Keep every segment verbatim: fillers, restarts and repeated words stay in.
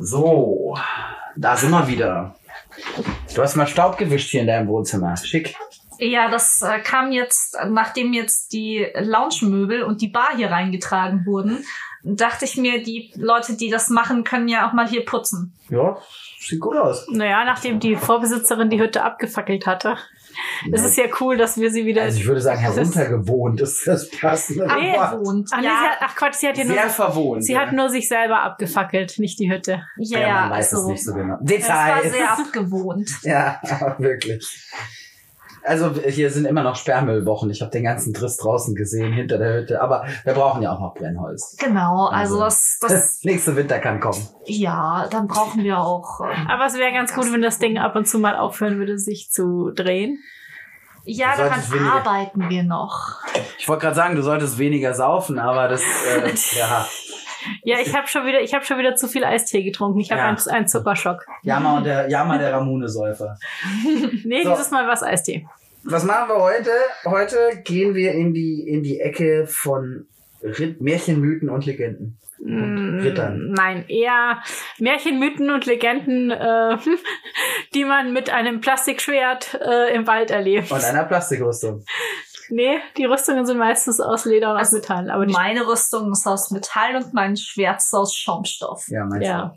So, da sind wir wieder. Du hast mal Staub gewischt hier in deinem Wohnzimmer. Schick. Ja, das äh, kam jetzt, nachdem jetzt die Lounge-Möbel und die Bar hier reingetragen wurden, dachte ich mir, die Leute, die das machen, können ja auch mal hier putzen. Ja, sieht gut aus. Naja, nachdem die Vorbesitzerin die Hütte abgefackelt hatte. Ja. Es ist ja cool, dass wir sie wieder... Also ich würde sagen, heruntergewohnt ist das passende nee, Wort. Ach, nee, ja. hat, ach Quatsch, sie hat ja nur... Sehr verwohnt. Sie ja. hat nur sich selber abgefackelt, nicht die Hütte. Ja, ja, ja man weiß also, es nicht so genau. Details. Das war sehr abgewohnt. Ja, aber wirklich. Also hier sind immer noch Sperrmüllwochen. Ich habe den ganzen Driss draußen gesehen, hinter der Hütte. Aber wir brauchen ja auch noch Brennholz. Genau, also, also das, das... das nächste Winter kann kommen. Ja, dann brauchen wir auch... Ähm, aber es wäre ganz gut, wenn das Ding ab und zu mal aufhören würde, sich zu drehen. Ja, daran weniger, arbeiten wir noch. Ich wollte gerade sagen, du solltest weniger saufen, aber das... Äh, ja... Ja, ich habe schon wieder, ich habe schon wieder zu viel Eistee getrunken. Ich habe ja. einen, einen Zuckerschock. Jammer und der Jammer der Ramune-Säufer. Nee, so. Dieses Mal was Eistee. Was machen wir heute? Heute gehen wir in die in die Ecke von Ritt, Märchen, Mythen und Legenden. Und Rittern. Nein, eher Märchen, Mythen und Legenden, äh, die man mit einem Plastikschwert äh, im Wald erlebt. Und einer Plastikrüstung. Nee, die Rüstungen sind meistens aus Leder und also aus Metall. Aber meine Rüstung ist aus Metall und mein Schwert ist aus Schaumstoff. Ja, meinst ja.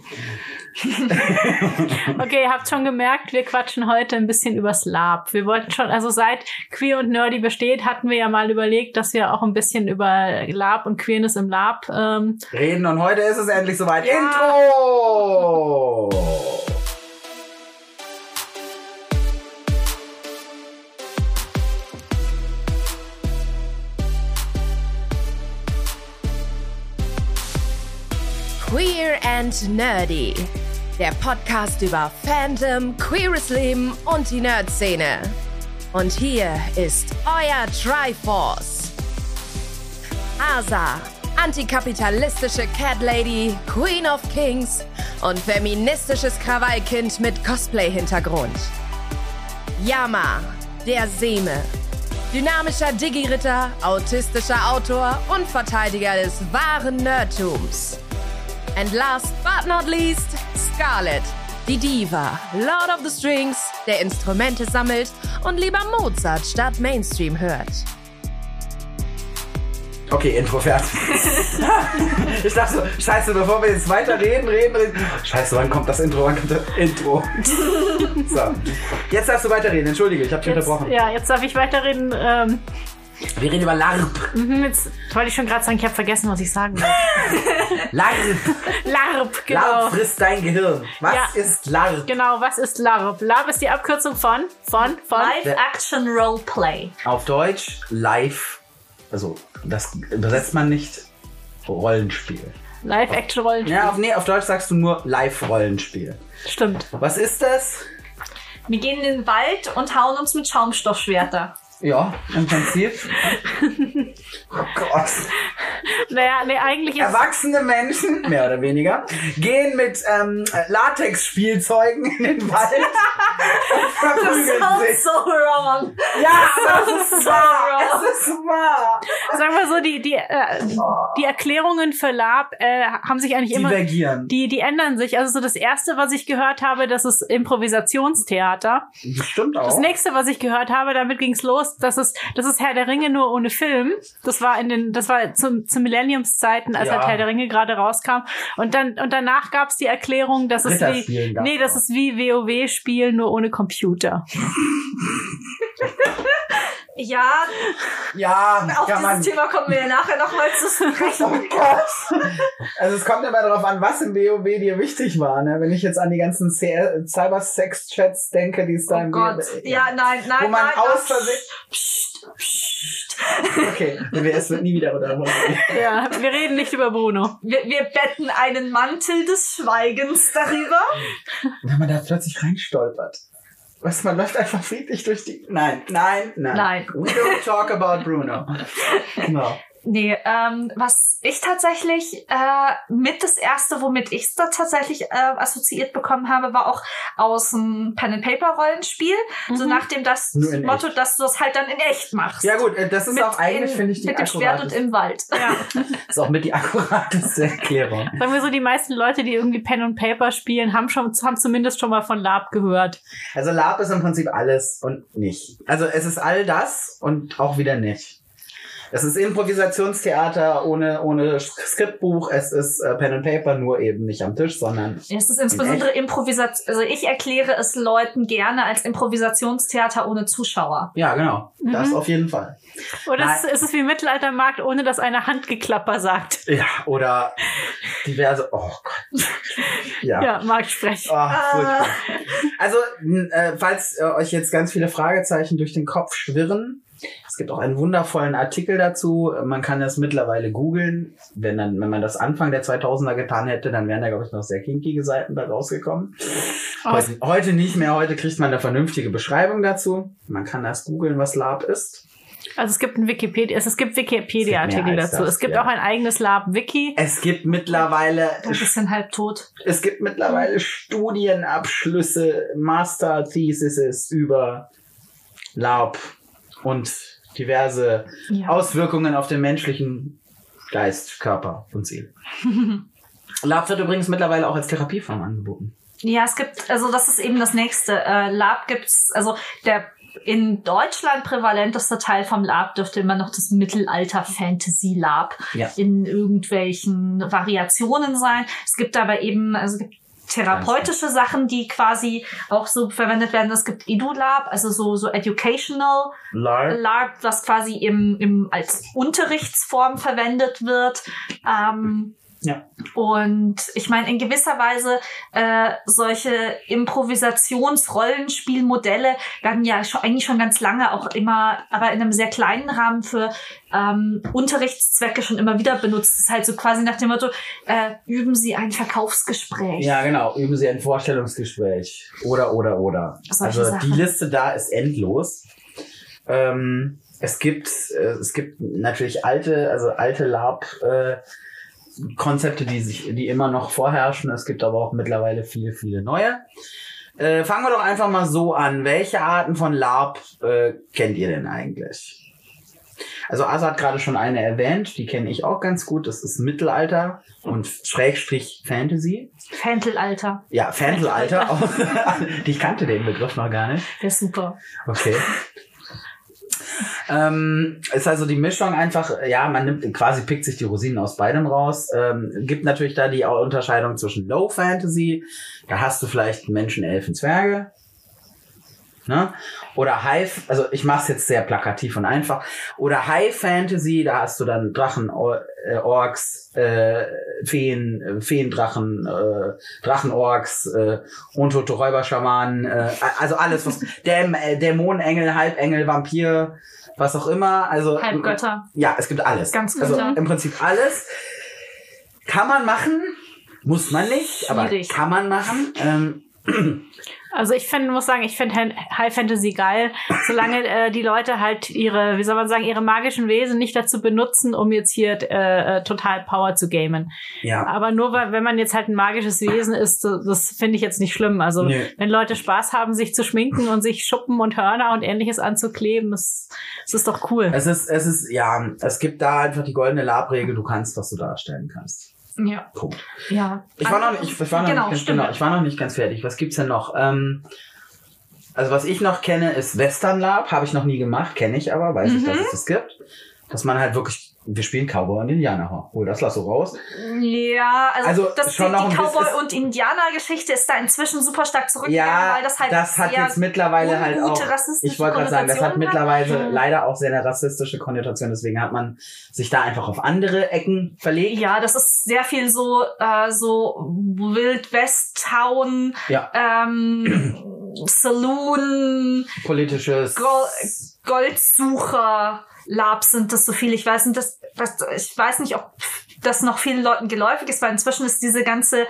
Okay, ihr habt schon gemerkt, wir quatschen heute ein bisschen übers Lab. Wir wollten schon, also seit Queer und Nerdy besteht, hatten wir ja mal überlegt, dass wir auch ein bisschen über Lab und Queerness im Lab ähm, reden. Und heute ist es endlich soweit. Ja. Intro! Queer and Nerdy, der Podcast über Fandom, queeres Leben und die Nerd-Szene. Und hier ist euer Triforce. Asa, antikapitalistische Cat Lady, Queen of Kings und feministisches Krawallkind mit Cosplay-Hintergrund. Yama, der Seme, dynamischer Digi-Ritter, autistischer Autor und Verteidiger des wahren Nerdtums. And last but not least, Scarlett, die Diva, Lord of the Strings, der Instrumente sammelt und lieber Mozart statt Mainstream hört. Okay, Intro fertig. Ich dachte so, scheiße, bevor wir jetzt weiter reden, reden, reden. Scheiße, wann kommt das Intro, wann kommt das Intro? So, jetzt darfst du weiterreden, entschuldige, ich hab dich jetzt, unterbrochen. Ja, jetzt darf ich weiterreden. Ähm Wir reden über LARP. Mhm, jetzt wollte ich schon gerade sagen, ich habe vergessen, was ich sagen wollte. LARP. LARP, genau. LARP frisst dein Gehirn. Was ja, ist LARP? Genau, was ist LARP? LARP ist die Abkürzung von, von, von? Live-Action-Roleplay. Auf Deutsch live, also das übersetzt man nicht, Rollenspiel. Live-Action-Rollenspiel. Ja, auf, nee, auf Deutsch sagst du nur Live-Rollenspiel. Stimmt. Was ist das? Wir gehen in den Wald und hauen uns mit Schaumstoffschwerter. Ja, im Prinzip. Oh Gott. Naja, nee, eigentlich ist... Erwachsene Menschen, mehr oder weniger, gehen mit ähm, Latex-Spielzeugen in den Wald und verprügeln das sich. So wrong. Ja, das ist wahr. Es ist wahr. Sagen wir so, die, die, äh, die Erklärungen für Lab äh, haben sich eigentlich immer... Divergieren. Die, die ändern sich. Also so das Erste, was ich gehört habe, das ist Improvisationstheater. Das stimmt auch. Das Nächste, was ich gehört habe, damit ging's los, das ist, das ist Herr der Ringe nur ohne Film. Das war in den, das war zum, zu Millenniumszeiten, als ja. halt Herr der Ringe gerade rauskam. Und dann, und danach gab's die Erklärung, dass es wie, nee, das ist wie WoW-Spielen nur ohne Computer. Ja, ja, auf dieses man. Thema kommen wir ja nachher nochmal zu sprechen. Oh Gott. Also es kommt immer darauf an, was im WoW dir wichtig war. Ne? Wenn ich jetzt an die ganzen C- Cybersex-Chats denke, die es da oh im Gott. WoW... Ja, nein, nein, wo man nein. aus Versehen... Psst, psst. Okay, es wird nie wieder darüber reden. Ja, wir reden nicht über Bruno. Wir, wir betten einen Mantel des Schweigens darüber. Wenn man da plötzlich reinstolpert. Was, man läuft einfach friedlich durch die... Nein, nein, nein. Nein. We don't talk about Bruno. Genau. Nee, ähm, was ich tatsächlich äh, mit das erste, womit ich es da tatsächlich äh, assoziiert bekommen habe, war auch aus dem Pen-and-Paper-Rollenspiel. Mhm. So nach dem das Motto, echt. Dass du es halt dann in echt machst. Ja gut, das ist mit auch eigentlich, finde ich, die mit dem Schwert und im Wald. Ja. Das ist auch mit die akkurateste Erklärung. Sagen wir so, die meisten Leute, die irgendwie Pen und Paper spielen, haben schon, haben zumindest schon mal von LARP gehört. Also LARP ist im Prinzip alles und nicht. Also es ist all das und auch wieder nicht. Es ist Improvisationstheater ohne, ohne Skriptbuch. Es ist äh, Pen and Paper, nur eben nicht am Tisch, sondern es ist insbesondere Improvisation. Also ich erkläre es Leuten gerne als Improvisationstheater ohne Zuschauer. Ja, genau. Mhm. Das auf jeden Fall. Oder es ist es wie Mittelaltermarkt, ohne dass eine Handgeklapper sagt. Ja, oder diverse... Oh Gott. Ja, ja Marktsprech. Oh, furchtbar. Also, äh, falls äh, euch jetzt ganz viele Fragezeichen durch den Kopf schwirren, es gibt auch einen wundervollen Artikel dazu. Man kann das mittlerweile googeln. Wenn dann, wenn man das Anfang der zweitausender getan hätte, dann wären da, glaube ich, noch sehr kinkige Seiten da rausgekommen. Heute, heute nicht mehr. Heute kriegt man eine vernünftige Beschreibung dazu. Man kann das googeln, was LARP ist. Also es gibt ein Wikipedia, es gibt Wikipedia-Artikel dazu. Das, es gibt ja. auch ein eigenes LARP-Wiki. Es gibt mittlerweile... Ein bisschen halbtot. Es gibt mittlerweile Studienabschlüsse, Master-Theses über LARP und diverse ja. Auswirkungen auf den menschlichen Geist, Körper und Seele. LARP wird übrigens mittlerweile auch als Therapieform angeboten. Ja, es gibt, also das ist eben das nächste. Äh, LARP gibt's, also der in Deutschland prävalenteste Teil vom LARP dürfte immer noch das Mittelalter-Fantasy-LARP ja. in irgendwelchen Variationen sein. Es gibt aber eben, also es gibt therapeutische Sachen, die quasi auch so verwendet werden. Es gibt EduLARP, also so, so Educational LARP, LARP was quasi im, im, als Unterrichtsform verwendet wird. Ähm, ja. Und ich meine, in gewisser Weise äh, solche Improvisations-Rollenspielmodelle werden ja schon, eigentlich schon ganz lange auch immer, aber in einem sehr kleinen Rahmen für ähm, Unterrichtszwecke schon immer wieder benutzt. Das ist halt so quasi nach dem Motto, äh, üben Sie ein Verkaufsgespräch. Ja, genau, üben Sie ein Vorstellungsgespräch. Oder, oder, oder. Solche also Sachen. Die Liste da ist endlos. Ähm, es gibt, äh, es gibt natürlich alte, also alte LARP, äh, Konzepte, die sich, die immer noch vorherrschen. Es gibt aber auch mittlerweile viele, viele neue. Äh, fangen wir doch einfach mal so an. Welche Arten von LARP äh, kennt ihr denn eigentlich? Also Asa hat gerade schon eine erwähnt, die kenne ich auch ganz gut. Das ist Mittelalter und Schrägstrich Fantasy. Fantelalter. Ja, Fantelalter. Ich kannte den Begriff noch gar nicht. Der ist super. Okay. Ähm, ist also die Mischung einfach, ja, man nimmt quasi, pickt sich die Rosinen aus beidem raus. Ähm, gibt natürlich da die Unterscheidung zwischen Low Fantasy, da hast du vielleicht Menschen, Elfen, Zwerge. Ne? Oder High, also ich mach's jetzt sehr plakativ und einfach. Oder High Fantasy, da hast du dann Drachen, Or- äh, Orks, äh, Feen, äh, Feendrachen, äh, Drachenorks, äh, untote Räuberschamanen, äh, also alles, was Däm, äh, Dämonenengel, Halbengel, Vampir, was auch immer. Also Halbgötter. Ja, es gibt alles. Ganz also Götter. Im Prinzip alles. Kann man machen, muss man nicht, Schwierig. aber kann man machen. Ähm, Also ich finde, muss sagen, ich finde High Fantasy geil, solange äh, die Leute halt ihre, wie soll man sagen, ihre magischen Wesen nicht dazu benutzen, um jetzt hier äh, total Power zu gamen. Ja. Aber nur, weil, wenn man jetzt halt ein magisches Wesen ist, das, das finde ich jetzt nicht schlimm. Also Nö. wenn Leute Spaß haben, sich zu schminken und sich Schuppen und Hörner und Ähnliches anzukleben, das, das ist doch cool. Es ist, es ist, ja, es gibt da einfach die goldene LARP-Regel, du kannst, was du darstellen kannst. Ja. Punkt. Ja. Ich war noch nicht, ich war noch genau, nicht ganz, stimmt. genau, ich war noch nicht ganz fertig. Was gibt's denn noch? Ähm, also was ich noch kenne, ist Western LARP. Habe ich noch nie gemacht, kenne ich aber, weiß Mhm. ich, dass es das gibt. Dass man halt wirklich, wir spielen Cowboy und Indianer. Hol das lass so raus. Ja, also, Also das, schon die, noch die ein bisschen- Cowboy- und Indianer-Geschichte ist da inzwischen super stark zurückgegangen, Ja, weil das halt das hat sehr jetzt mittlerweile halt auch, ungute rassistische ich wollte gerade sagen, das hat Konnotationen mittlerweile hat. leider auch sehr eine rassistische Konnotation. Deswegen hat man sich da einfach auf andere Ecken verlegt. Ja, das ist sehr viel so äh, so Wild West Town, Ja. ähm, Saloon, Politisches. Gold, Goldsucher, Lab sind das so viel. Ich weiß nicht, das, das, ich weiß nicht, ob das noch vielen Leuten geläufig ist, weil inzwischen ist diese ganze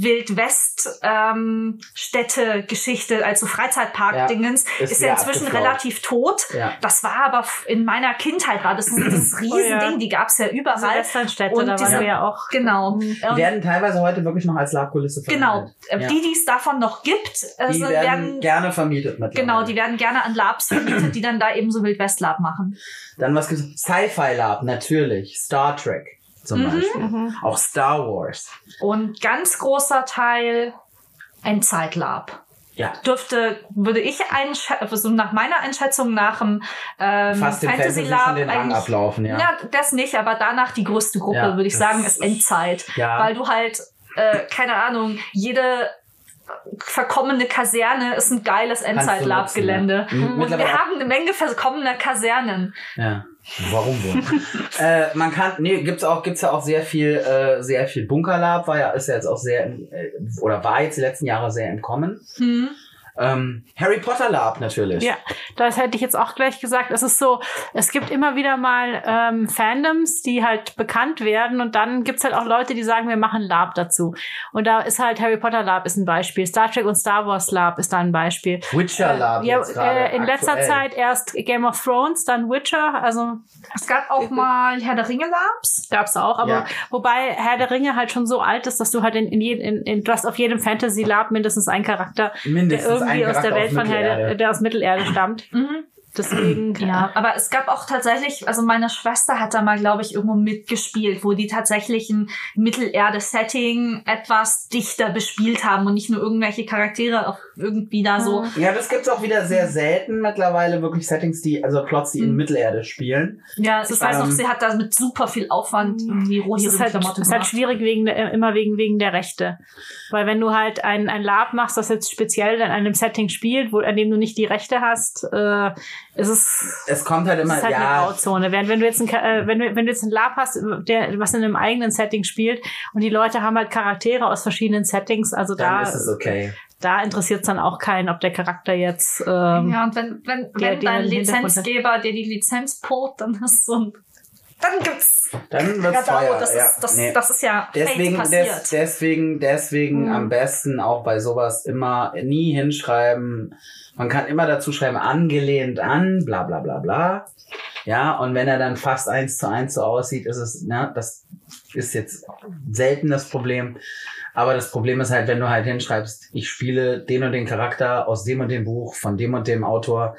Wildwest-Städte-Geschichte, ähm, also Freizeitpark-Dingens, ja, ist, ist ja inzwischen abgeflaut. Relativ tot. Ja. Das war aber in meiner Kindheit war das dieses Riesending, oh ja. die gab's ja überall. Westernstädte, da diese, waren wir ja auch. Genau. Die werden teilweise heute wirklich noch als Labkulisse verwendet. Genau. Ja. Die, die es davon noch gibt, die werden, werden gerne vermietet mittlerweile. Genau, die werden gerne an Labs vermietet, die dann da eben so Wildwest-Lab machen. Dann was gibt's? Sci-Fi-Lab, natürlich. Star Trek zum mhm. Beispiel. Mhm. Auch Star Wars. Und ganz großer Teil Endzeit-Lab. Ja. Dürfte, würde ich einschätzen, also nach meiner Einschätzung nach dem ähm, Fast Fantasy Lab den Rang ablaufen, ja. Ja, das nicht, aber danach die größte Gruppe, ja, würde ich sagen, ist Endzeit. Ja. Weil du halt, äh, keine Ahnung, jede verkommene Kaserne ist ein geiles Endzeit-Lab-Gelände. Ja. Mhm. Und wir haben eine Menge verkommener Kasernen. Ja. Warum wohl? äh, man kann, nee, gibt's auch, gibt's ja auch sehr viel, äh, sehr viel Bunkerlab, war ja, ist ja jetzt auch sehr, äh, oder war jetzt die letzten Jahre sehr im Kommen. Mhm. Ähm, Harry Potter Lab natürlich. Ja, das hätte ich jetzt auch gleich gesagt. Es ist so, es gibt immer wieder mal ähm, Fandoms, die halt bekannt werden und dann gibt's halt auch Leute, die sagen, wir machen Lab dazu. Und da ist halt Harry Potter Lab ist ein Beispiel, Star Trek und Star Wars Lab ist da ein Beispiel. Witcher Lab. Äh, ja, äh, in letzter aktuell. Zeit erst Game of Thrones, dann Witcher. Also es gab auch mal Herr der Ringe Labs. Gab's auch, aber ja. Wobei Herr der Ringe halt schon so alt ist, dass du halt in, in, in, in du hast auf jedem Fantasy Lab mindestens einen Charakter, mindestens der irgendwie aus der Welt von Herr, der aus Mittelerde stammt. Mhm. Deswegen, ja. Aber es gab auch tatsächlich, also meine Schwester hat da mal, glaube ich, irgendwo mitgespielt, wo die tatsächlich ein Mittelerde-Setting etwas dichter bespielt haben und nicht nur irgendwelche Charaktere auch irgendwie da so. Ja, das gibt's auch wieder sehr selten mittlerweile, wirklich Settings, die, also Plots, die mhm. in Mittelerde spielen. Ja, es ist halt ähm, auch, sie hat da mit super viel Aufwand irgendwie roh ihre Klamotten gemacht. Es ist halt schwierig wegen der, immer wegen, wegen der Rechte. Weil wenn du halt ein, ein Lab machst, das jetzt speziell in einem Setting spielt, wo, an dem du nicht die Rechte hast, äh, ist es, es kommt halt immer, ist halt ja. eine Grauzone. Während wenn du jetzt ein, äh, wenn du, wenn du jetzt ein Lab hast, der, was in einem eigenen Setting spielt und die Leute haben halt Charaktere aus verschiedenen Settings, also dann da ist es okay. Da interessiert es dann auch keinen, ob der Charakter jetzt, ähm, ja, und wenn, wenn, der, wenn dein Lizenzgeber dir die Lizenz pullt, dann ist so ein, dann gibt's, dann wird's teuer. Das, ja. ist, das, nee. das ist ja deswegen, passiert. Des, deswegen, deswegen mhm. am besten auch bei sowas immer nie hinschreiben. Man kann immer dazu schreiben, angelehnt an, bla, bla, bla, bla. Ja, und wenn er dann fast eins zu eins so aussieht, ist es, ne, das ist jetzt selten das Problem. Aber das Problem ist halt, wenn du halt hinschreibst, ich spiele den und den Charakter aus dem und dem Buch von dem und dem Autor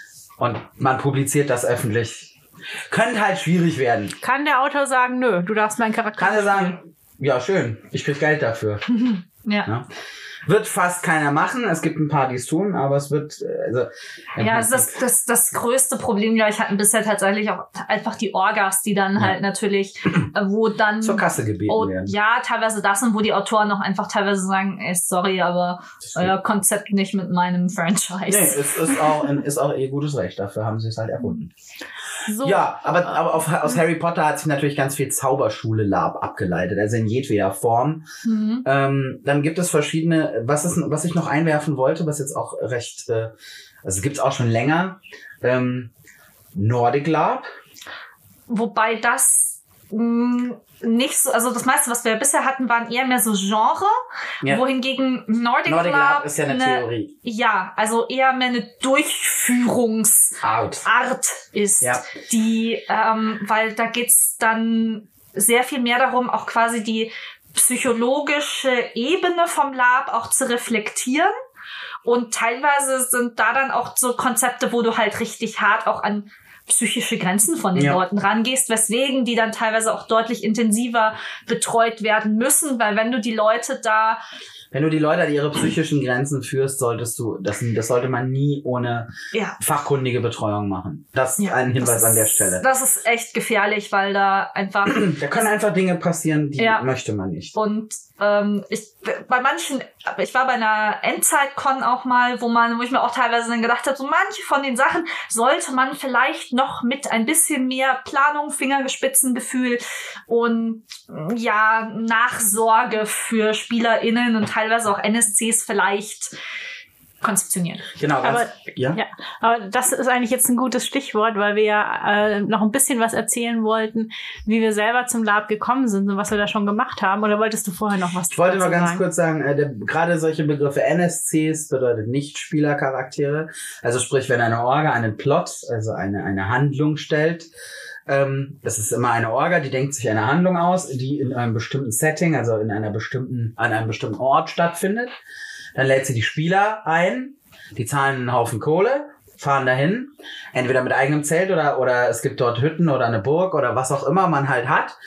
und man publiziert das öffentlich, könnte halt schwierig werden. Kann der Autor sagen, nö, du darfst meinen Charakter Kann er sagen, ja schön, ich krieg Geld dafür. ja. ja. Wird fast keiner machen. Es gibt ein paar, die es tun, aber es wird, also. Ja, also das, das, das größte Problem, glaube ich, hatten bisher tatsächlich auch einfach die Orgas, die dann ja. halt natürlich, wo dann. Zur Kasse gebeten oh, werden. Ja, teilweise das und wo die Autoren noch einfach teilweise sagen, ey, sorry, aber euer Konzept nicht mit meinem Franchise. Nee, es ist auch, ist auch eh gutes Recht. Dafür haben sie es halt erfunden. So. Ja, aber, aber auf, aus Harry Potter hat sich natürlich ganz viel Zauberschule-Lab abgeleitet, also in jedweder Form. Mhm. Ähm, dann gibt es verschiedene, was ist, was ich noch einwerfen wollte, was jetzt auch recht, äh, also gibt's auch schon länger, ähm, Nordic Lab. Wobei das mh, nicht so, also das meiste, was wir bisher hatten, waren eher mehr so Genre, ja. wohingegen Nordic, Nordic Lab, Lab ist ja eine, eine Theorie. Ja, also eher mehr eine Durchführungsart Art ist, ja. die, ähm, weil da geht's dann sehr viel mehr darum, auch quasi die psychologische Ebene vom Lab auch zu reflektieren. Und teilweise sind da dann auch so Konzepte, wo du halt richtig hart auch an psychische Grenzen von den ja. Leuten rangehst, weswegen die dann teilweise auch deutlich intensiver betreut werden müssen, weil wenn du die Leute da Wenn du die Leute an ihre psychischen Grenzen führst, solltest du, das, das sollte man nie ohne ja. fachkundige Betreuung machen. Das ist ja, ein Hinweis ist, an der Stelle. Das ist echt gefährlich, weil da einfach... Da können einfach Dinge passieren, die ja. möchte man nicht. Und ähm, ich bei manchen, ich war bei einer Endzeit-Con auch mal, wo man, wo ich mir auch teilweise dann gedacht habe, so manche von den Sachen sollte man vielleicht noch mit ein bisschen mehr Planung, Fingerspitzengefühl und ja, Nachsorge für SpielerInnen und teilweise auch N S Cs vielleicht konzeptionieren. Genau, aber, ja? ja. Aber das ist eigentlich jetzt ein gutes Stichwort, weil wir ja äh, noch ein bisschen was erzählen wollten, wie wir selber zum Lab gekommen sind und was wir da schon gemacht haben. Oder wolltest du vorher noch was Ich wollte noch ganz sagen? kurz sagen, äh, der, gerade solche Begriffe N S Cs bedeutet Nicht-Spieler-Charaktere. Also sprich, wenn eine Orga einen Plot, also eine, eine Handlung stellt, ähm, das ist immer eine Orga, die denkt sich eine Handlung aus, die in einem bestimmten Setting, also in einer bestimmten, an einem bestimmten Ort stattfindet. Dann lädt sie die Spieler ein, die zahlen einen Haufen Kohle, fahren dahin, entweder mit eigenem Zelt oder, oder es gibt dort Hütten oder eine Burg oder was auch immer man halt hat.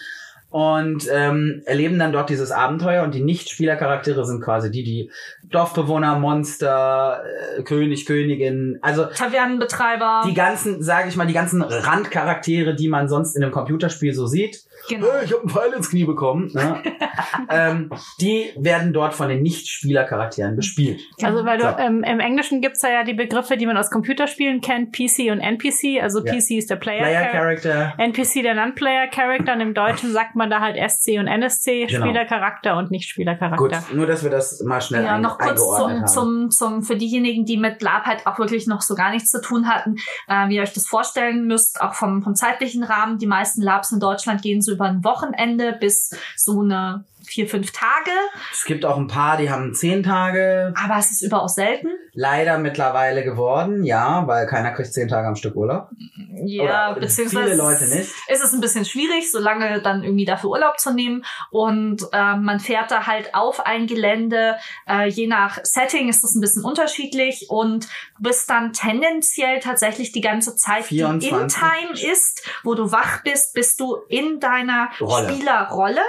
Und ähm, erleben dann dort dieses Abenteuer und die Nicht-Spieler-Charaktere sind quasi die, die Dorfbewohner, Monster, äh, König, Königin, also Tavernenbetreiber. Die ganzen, sage ich mal, die ganzen Randcharaktere, die man sonst in einem Computerspiel so sieht. Genau. Hey, ich habe einen Pfeil ins Knie bekommen. Ne? ähm, die werden dort von den Nicht-Spieler-Charakteren bespielt. Also weil du, So. ähm, im Englischen gibt's da ja die Begriffe, die man aus Computerspielen kennt, P C und N P C. Also Ja. P C ist der Player, Player Character, Character. N P C der Non-Player Character und im Deutschen sagt man da halt S C und N S C, Genau. Spielercharakter und Nicht-Spielercharakter. Gut, nur dass wir das mal schnell Ja, ein, noch kurz eingeordnet zum, haben. zum, zum, für diejenigen, die mit Lab halt auch wirklich noch so gar nichts zu tun hatten, äh, wie ihr euch das vorstellen müsst, auch vom, vom zeitlichen Rahmen. Die meisten Labs in Deutschland gehen so über ein Wochenende bis so eine vier, fünf Tage. Es gibt auch ein paar, die haben zehn Tage. Aber es ist überaus selten. Leider mittlerweile geworden, ja, weil keiner kriegt zehn Tage am Stück Urlaub. Ja, Oder beziehungsweise viele Leute nicht. ist es ein bisschen schwierig, so lange dann irgendwie dafür Urlaub zu nehmen. Und äh, man fährt da halt auf ein Gelände. Äh, je nach Setting ist das ein bisschen unterschiedlich. Und du bist dann tendenziell tatsächlich die ganze Zeit, vierundzwanzig die in Time ist, wo du wach bist, bist du in deiner Rolle. Spielerrolle.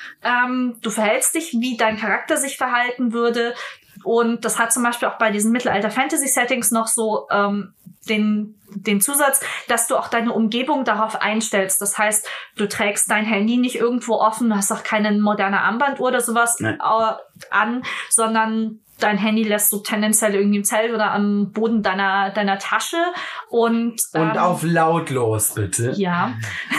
Ähm, du verhältst dich, wie dein Charakter sich verhalten würde. Und das hat zum Beispiel auch bei diesen Mittelalter-Fantasy-Settings noch so ähm, den, den Zusatz, dass du auch deine Umgebung darauf einstellst. Das heißt, du trägst dein Handy nicht irgendwo offen, du hast auch keine moderne Armbanduhr oder sowas Nein. äh, an, sondern dein Handy lässt du tendenziell irgendwie im Zelt oder am Boden deiner, deiner Tasche. Und, Und ähm, auf lautlos, bitte. ja.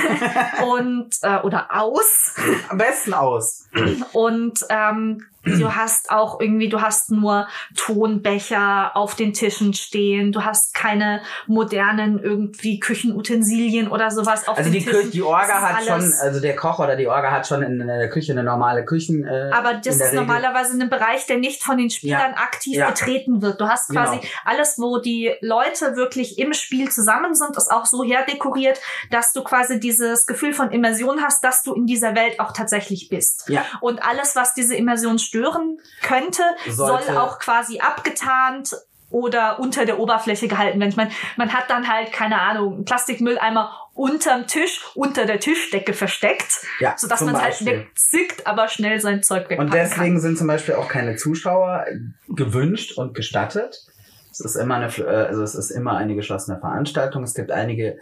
und äh, oder aus. Am besten aus. Und ähm, du hast auch irgendwie, du hast nur Tonbecher auf den Tischen stehen. Du hast keine modernen irgendwie Küchenutensilien oder sowas auf Also den die, Tischen. Kü die Orga Das ist hat schon, alles- also der Koch oder die Orga hat schon in, in der Küche eine normale Küchen. Äh, Aber in das der ist Regel. normalerweise ein Bereich, der nicht von den Spielern aktiv Ja. betreten wird. Du hast quasi Genau. alles, wo die Leute wirklich im Spiel zusammen sind, ist auch so herdekoriert, dass du quasi dieses Gefühl von Immersion hast, dass du in dieser Welt auch tatsächlich bist. Ja. Und alles, was diese Immersion stören könnte, Sollte- soll auch quasi abgetarnt oder unter der Oberfläche gehalten werden. Ich meine, man hat dann halt, keine Ahnung, einen Plastikmülleimer unterm Tisch, unter der Tischdecke versteckt, Ja, sodass zum man halt Beispiel. wegzickt, aber schnell sein Zeug wegpacken Und deswegen kann. sind zum Beispiel auch keine Zuschauer gewünscht und gestattet. Es ist immer eine, äh, also es ist immer eine geschlossene Veranstaltung. Es gibt einige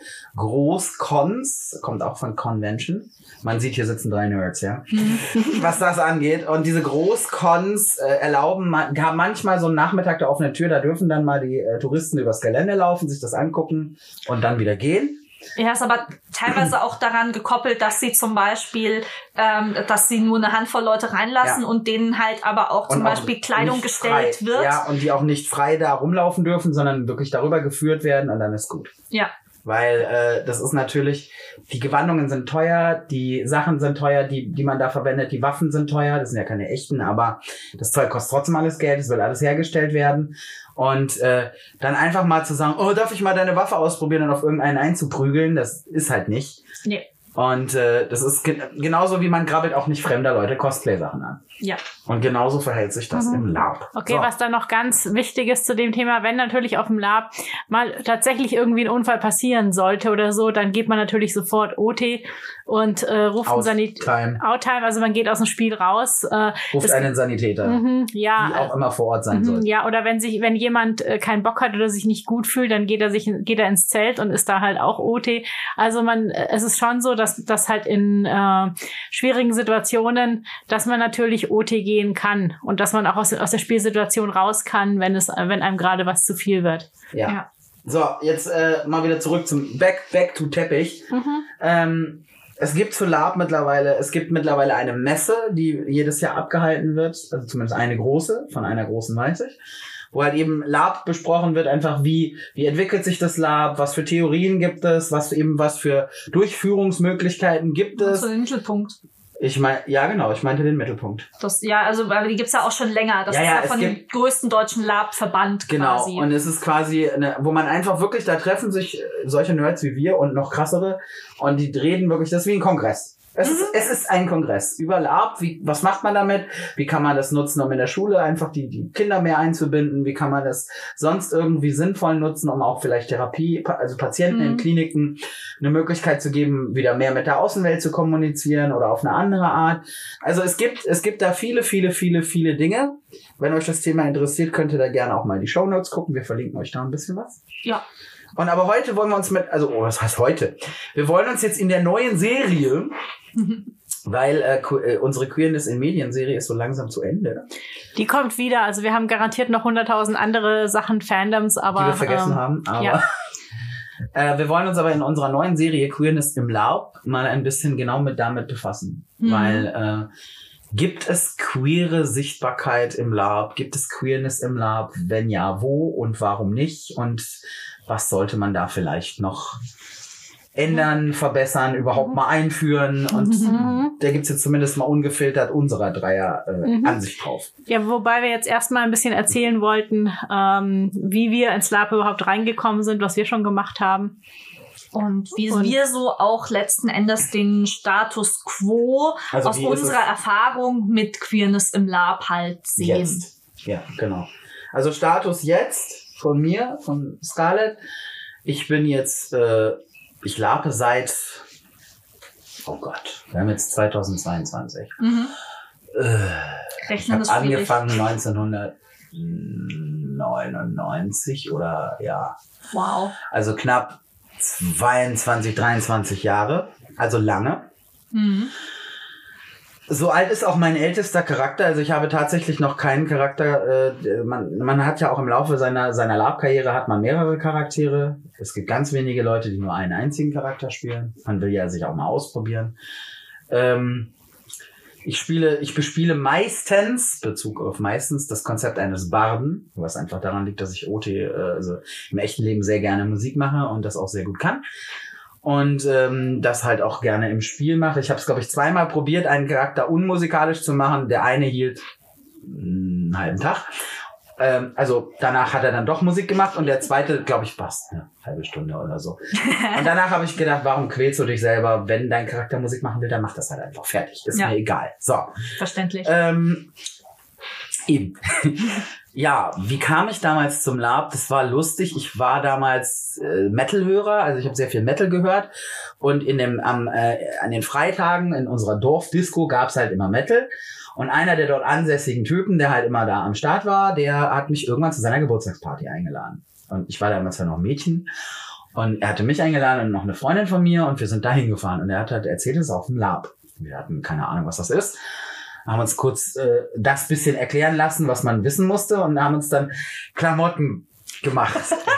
Großcons, kommt auch von Convention. Man sieht, hier sitzen drei Nerds, ja. Was das angeht. Und diese Großcons äh, erlauben man, haben manchmal so einen Nachmittag der offenen Tür, da dürfen dann mal die äh, Touristen übers Gelände laufen, sich das angucken und dann wieder gehen. Ja, ist aber teilweise auch daran gekoppelt, dass sie zum Beispiel, ähm, dass sie nur eine Handvoll Leute reinlassen Ja. und denen halt aber auch zum Und auch Beispiel Kleidung nicht gestellt frei, wird. Ja, und die auch nicht frei da rumlaufen dürfen, sondern wirklich darüber geführt werden und dann ist gut. Ja. Weil äh, das ist natürlich, die Gewandungen sind teuer, die Sachen sind teuer, die die man da verwendet, die Waffen sind teuer, das sind ja keine echten, aber das Zeug kostet trotzdem alles Geld, es will alles hergestellt werden. Und äh, dann einfach mal zu sagen, oh, darf ich mal deine Waffe ausprobieren und auf irgendeinen einzuprügeln, das ist halt nicht. Nee. Und äh, das ist ge genauso wie man grabbelt auch nicht fremder Leute Cosplay-Sachen an. Ja. Und genauso verhält sich das Mhm. im Lab. Okay, So. was da noch ganz wichtig ist zu dem Thema, wenn natürlich auf dem Lab mal tatsächlich irgendwie ein Unfall passieren sollte oder so, dann geht man natürlich sofort O T und äh, ruft einen Sanit Outtime. Outtime, also man geht aus dem Spiel raus. Äh, Ruft es- einen Sanitäter, mhm, ja, die auch immer vor Ort sein Mhm, soll. ja, oder wenn sich, wenn jemand äh, keinen Bock hat oder sich nicht gut fühlt, dann geht er sich, geht er ins Zelt und ist da halt auch O T. Also man, äh, es ist schon so, dass das halt in äh, schwierigen Situationen, dass man natürlich O T gehen kann und dass man auch aus, aus der Spielsituation raus kann, wenn es, wenn einem gerade was zu viel wird. Ja. Ja. So, jetzt äh, mal wieder zurück zum Back, back to Teppich. Mhm. Ähm, es gibt zu Lab mittlerweile, es gibt mittlerweile eine Messe, die jedes Jahr abgehalten wird, also zumindest eine große, von einer großen weiß ich. wo halt eben Lab besprochen wird, einfach wie, wie entwickelt sich das Lab, was für Theorien gibt es, was eben was für Durchführungsmöglichkeiten gibt es. Also den Mittelpunkt. Ich meine, ja genau, ich meinte den Mittelpunkt. Das, ja, also weil die gibt's ja auch schon länger. Das ja, ist ja, ja von dem größten deutschen Lab-Verband genau, quasi. Genau, und es ist quasi, eine, wo man einfach wirklich, da treffen sich solche Nerds wie wir und noch krassere und die reden wirklich, das ist wie ein Kongress. Es, mhm. ist, es ist ein Kongress über Lab. Wie, was macht man damit? Wie kann man das nutzen, um in der Schule einfach die, die Kinder mehr einzubinden? Wie kann man das sonst irgendwie sinnvoll nutzen, um auch vielleicht Therapie, also Patienten mhm. in Kliniken eine Möglichkeit zu geben, wieder mehr mit der Außenwelt zu kommunizieren oder auf eine andere Art? Also es gibt, es gibt da viele, viele, viele, viele Dinge. Wenn euch das Thema interessiert, könnt ihr da gerne auch mal in die Shownotes gucken. Wir verlinken euch da ein bisschen was. Ja. Und aber heute wollen wir uns mit, also, oh, was heißt heute? Wir wollen uns jetzt in der neuen Serie, weil äh, unsere Queerness in Medien-Serie ist so langsam zu Ende. Die kommt wieder, also wir haben garantiert noch hunderttausend andere Sachen, Fandoms, aber... Die wir vergessen ähm, haben, aber... Ja. äh, wir wollen uns aber in unserer neuen Serie Queerness im Lab mal ein bisschen genau mit damit befassen. Mhm. Weil, äh, gibt es queere Sichtbarkeit im Lab? Gibt es Queerness im Lab? Wenn ja, wo und warum nicht? Und was sollte man da vielleicht noch ändern, verbessern, überhaupt mal einführen? Und mhm. da gibt's jetzt zumindest mal ungefiltert unserer Dreier äh, mhm. Ansicht drauf. Ja, wobei wir jetzt erstmal ein bisschen erzählen wollten, ähm, wie wir ins Lab überhaupt reingekommen sind, was wir schon gemacht haben. Und wie und wir so auch letzten Endes den Status quo also aus unserer Erfahrung mit Queerness im Lab halt sehen. Jetzt. Ja, genau. Also Status jetzt von mir, von Scarlett. Ich bin jetzt, äh, ich labe seit, oh Gott, wir haben jetzt zweitausendzweiundzwanzig. Mhm. Äh, Rechnen ich habe angefangen neunzehnhundertneunundneunzig oder ja. Wow. Also knapp zweiundzwanzig, dreiundzwanzig Jahre, also lange. Mhm. So alt ist auch mein ältester Charakter, also ich habe tatsächlich noch keinen Charakter, äh, man, man hat ja auch im Laufe seiner, seiner Lab-Karriere hat man mehrere Charaktere. Es gibt ganz wenige Leute, die nur einen einzigen Charakter spielen. Man will ja sich auch mal ausprobieren. Ähm, ich spiele, ich bespiele meistens, Bezug auf meistens, das Konzept eines Barden, was einfach daran liegt, dass ich O T, äh, also im echten Leben sehr gerne Musik mache und das auch sehr gut kann. Und ähm, das halt auch gerne im Spiel mache. Ich habe es, glaube ich, zweimal probiert, einen Charakter unmusikalisch zu machen. Der eine hielt einen halben Tag. Ähm, also danach hat er dann doch Musik gemacht und der zweite, glaube ich, fast eine halbe Stunde oder so. Und danach habe ich gedacht, warum quälst du dich selber? Wenn dein Charakter Musik machen will, dann mach das halt einfach fertig. Ist ja mir egal. So. Verständlich. Ähm, eben. Ja, wie kam ich damals zum Lab? Das war lustig. Ich war damals äh, Metal-Hörer, also ich habe sehr viel Metal gehört. Und in dem am äh, an den Freitagen in unserer Dorfdisco gab's halt immer Metal. Und einer der dort ansässigen Typen, der halt immer da am Start war, der hat mich irgendwann zu seiner Geburtstagsparty eingeladen. Und ich war damals ja noch Mädchen. Und er hatte mich eingeladen und noch eine Freundin von mir. Und wir sind dahin gefahren. Und er hat halt erzählt, es ist auf dem Lab. Wir hatten keine Ahnung, was das ist. Haben uns kurz äh, das bisschen erklären lassen, was man wissen musste. Und haben uns dann Klamotten gemacht.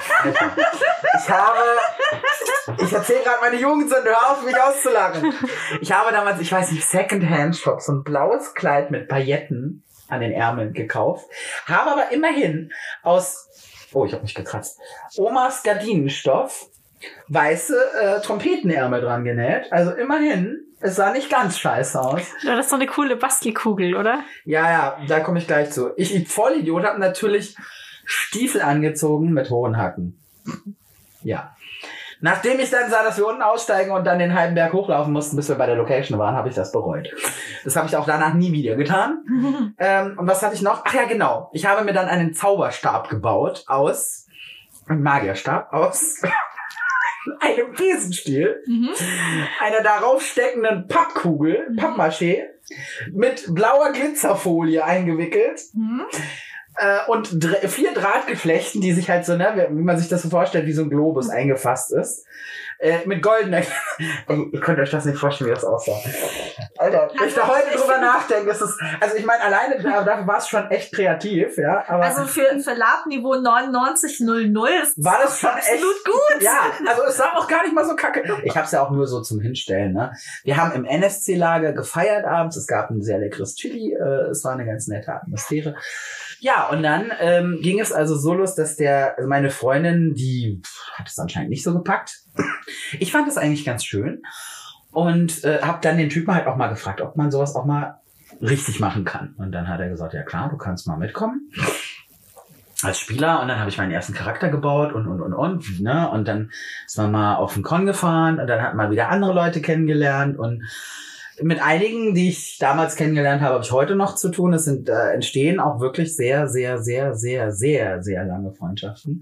Ich habe... Ich erzähle gerade meine Jugendsünde, hör auf, mich auszulachen. Ich habe damals, ich weiß nicht, Secondhand-Shop, so ein blaues Kleid mit Pailletten an den Ärmeln gekauft. Habe aber immerhin aus, oh, ich habe mich gekratzt, Omas Gardinenstoff weiße äh, Trompetenärmel dran genäht. Also immerhin, es sah nicht ganz scheiße aus. Ja, das ist so eine coole Bastelkugel, oder? Ja, ja, da komme ich gleich zu. Ich, ich Vollidiot, habe natürlich Stiefel angezogen mit hohen Hacken. Ja. Nachdem ich dann sah, dass wir unten aussteigen und dann den halben Berg hochlaufen mussten, bis wir bei der Location waren, habe ich das bereut. Das habe ich auch danach nie wieder getan. Mhm. Ähm, und was hatte ich noch? Ach ja, genau. Ich habe mir dann einen Zauberstab gebaut aus, einen Magierstab aus einem Besenstiel, mhm. einer darauf steckenden Pappkugel, mhm. Pappmaché, mit blauer Glitzerfolie eingewickelt. Mhm. Äh, und dr- vier Drahtgeflechten, die sich halt so, ne, wie man sich das so vorstellt, wie so ein Globus eingefasst ist. Äh, mit goldener. Ey, ihr könnt euch das nicht vorstellen, wie das aussah. Alter, wenn ich da heute drüber nachdenke, ist es, also ich meine, alleine dafür war es schon echt kreativ, ja. Aber also für, für Lab-Niveau neunundneunzig null null ist war das schon absolut echt gut. Ja, also es sah auch gar nicht mal so kacke. Ich hab's ja auch nur so zum Hinstellen, ne. Wir haben im N S C-Lager gefeiert abends, es gab ein sehr leckeres Chili, äh, es war eine ganz nette Atmosphäre. Ja, und dann ähm, ging es also so los, dass der, also meine Freundin, die pff, hat es anscheinend nicht so gepackt. Ich fand das eigentlich ganz schön und äh, habe dann den Typen halt auch mal gefragt, ob man sowas auch mal richtig machen kann. Und dann hat er gesagt, ja klar, du kannst mal mitkommen als Spieler. Und dann habe ich meinen ersten Charakter gebaut und, und, und, und. Ne? Und dann ist man mal auf den Con gefahren und dann hat man wieder andere Leute kennengelernt und mit einigen, die ich damals kennengelernt habe, habe ich heute noch zu tun. Es sind äh, entstehen auch wirklich sehr, sehr, sehr, sehr, sehr, sehr lange Freundschaften.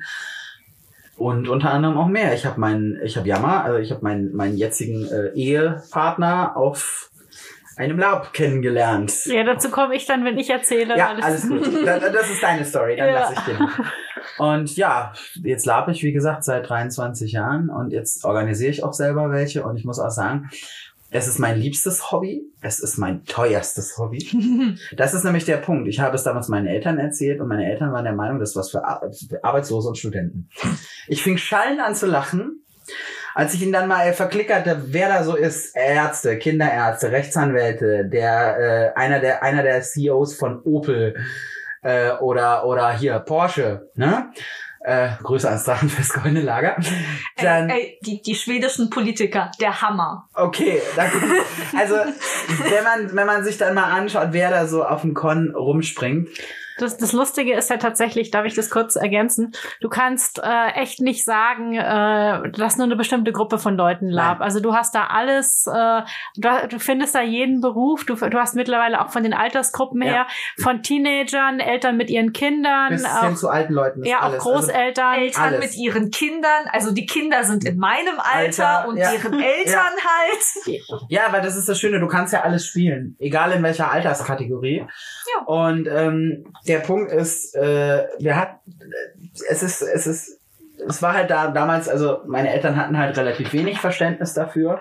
Und unter anderem auch mehr. Ich habe meinen, ich habe Yama, also ich habe meinen meinen jetzigen äh, Ehepartner auf einem Lab kennengelernt. Ja, dazu komme ich dann, wenn ich erzähle. Ja, alles, alles gut. Das, das ist deine Story, dann ja. lasse ich den. Und ja, jetzt lab ich, wie gesagt, seit dreiundzwanzig Jahren und jetzt organisiere ich auch selber welche und ich muss auch sagen, es ist mein liebstes Hobby. Es ist mein teuerstes Hobby. Das ist nämlich der Punkt. Ich habe es damals meinen Eltern erzählt und meine Eltern waren der Meinung, das ist was für, Ar- für Arbeitslose und Studenten. Ich fing schallend an zu lachen, als ich ihn dann mal verklickerte, wer da so ist. Ärzte, Kinderärzte, Rechtsanwälte, der äh, einer der einer der C E Os von Opel äh, oder oder hier Porsche, ne? Äh, Grüße ans Drachenfest Goldene Lager. Dann, ey, ey, die, die schwedischen Politiker, der Hammer. Okay, danke. Also, wenn man, wenn man sich dann mal anschaut, wer da so auf dem Con rumspringt. Das, das Lustige ist ja tatsächlich, darf ich das kurz ergänzen, du kannst äh, echt nicht sagen, äh, dass nur eine bestimmte Gruppe von Leuten lab. Also du hast da alles, äh, du, du findest da jeden Beruf, du, du hast mittlerweile auch von den Altersgruppen Ja. her, von Teenagern, Eltern mit ihren Kindern, Bis auch, hin zu alten Leuten. Ist ja, auch alles. Großeltern. Eltern alles. mit ihren Kindern, also die Kinder sind in meinem Alter, Alter, und ja. deren Eltern Ja. halt. Also, ja, weil das ist das Schöne, du kannst ja alles spielen, egal in welcher Alterskategorie. Ja. Und ähm, der Punkt ist, äh, wir hatten, es ist, es ist, es war halt da damals, also meine Eltern hatten halt relativ wenig Verständnis dafür.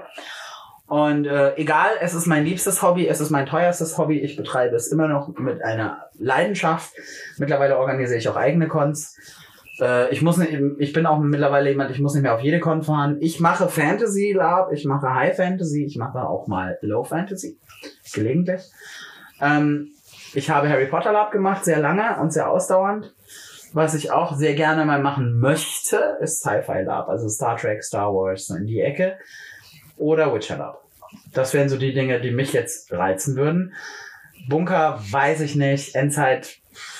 Und äh, egal, es ist mein liebstes Hobby, es ist mein teuerstes Hobby, ich betreibe es immer noch mit einer Leidenschaft. Mittlerweile organisiere ich auch eigene Cons. Äh, ich muss nicht, ich bin auch mittlerweile jemand, ich muss nicht mehr auf jede Con fahren. Ich mache Fantasy Lab, ich mache High Fantasy, ich mache auch mal Low Fantasy, gelegentlich. Ähm, ich habe Harry Potter Lab gemacht, sehr lange und sehr ausdauernd. Was ich auch sehr gerne mal machen möchte, ist Sci-Fi Lab, also Star Trek, Star Wars, so in die Ecke. Oder Witcher Lab. Das wären so die Dinge, die mich jetzt reizen würden. Bunker, weiß ich nicht. Endzeit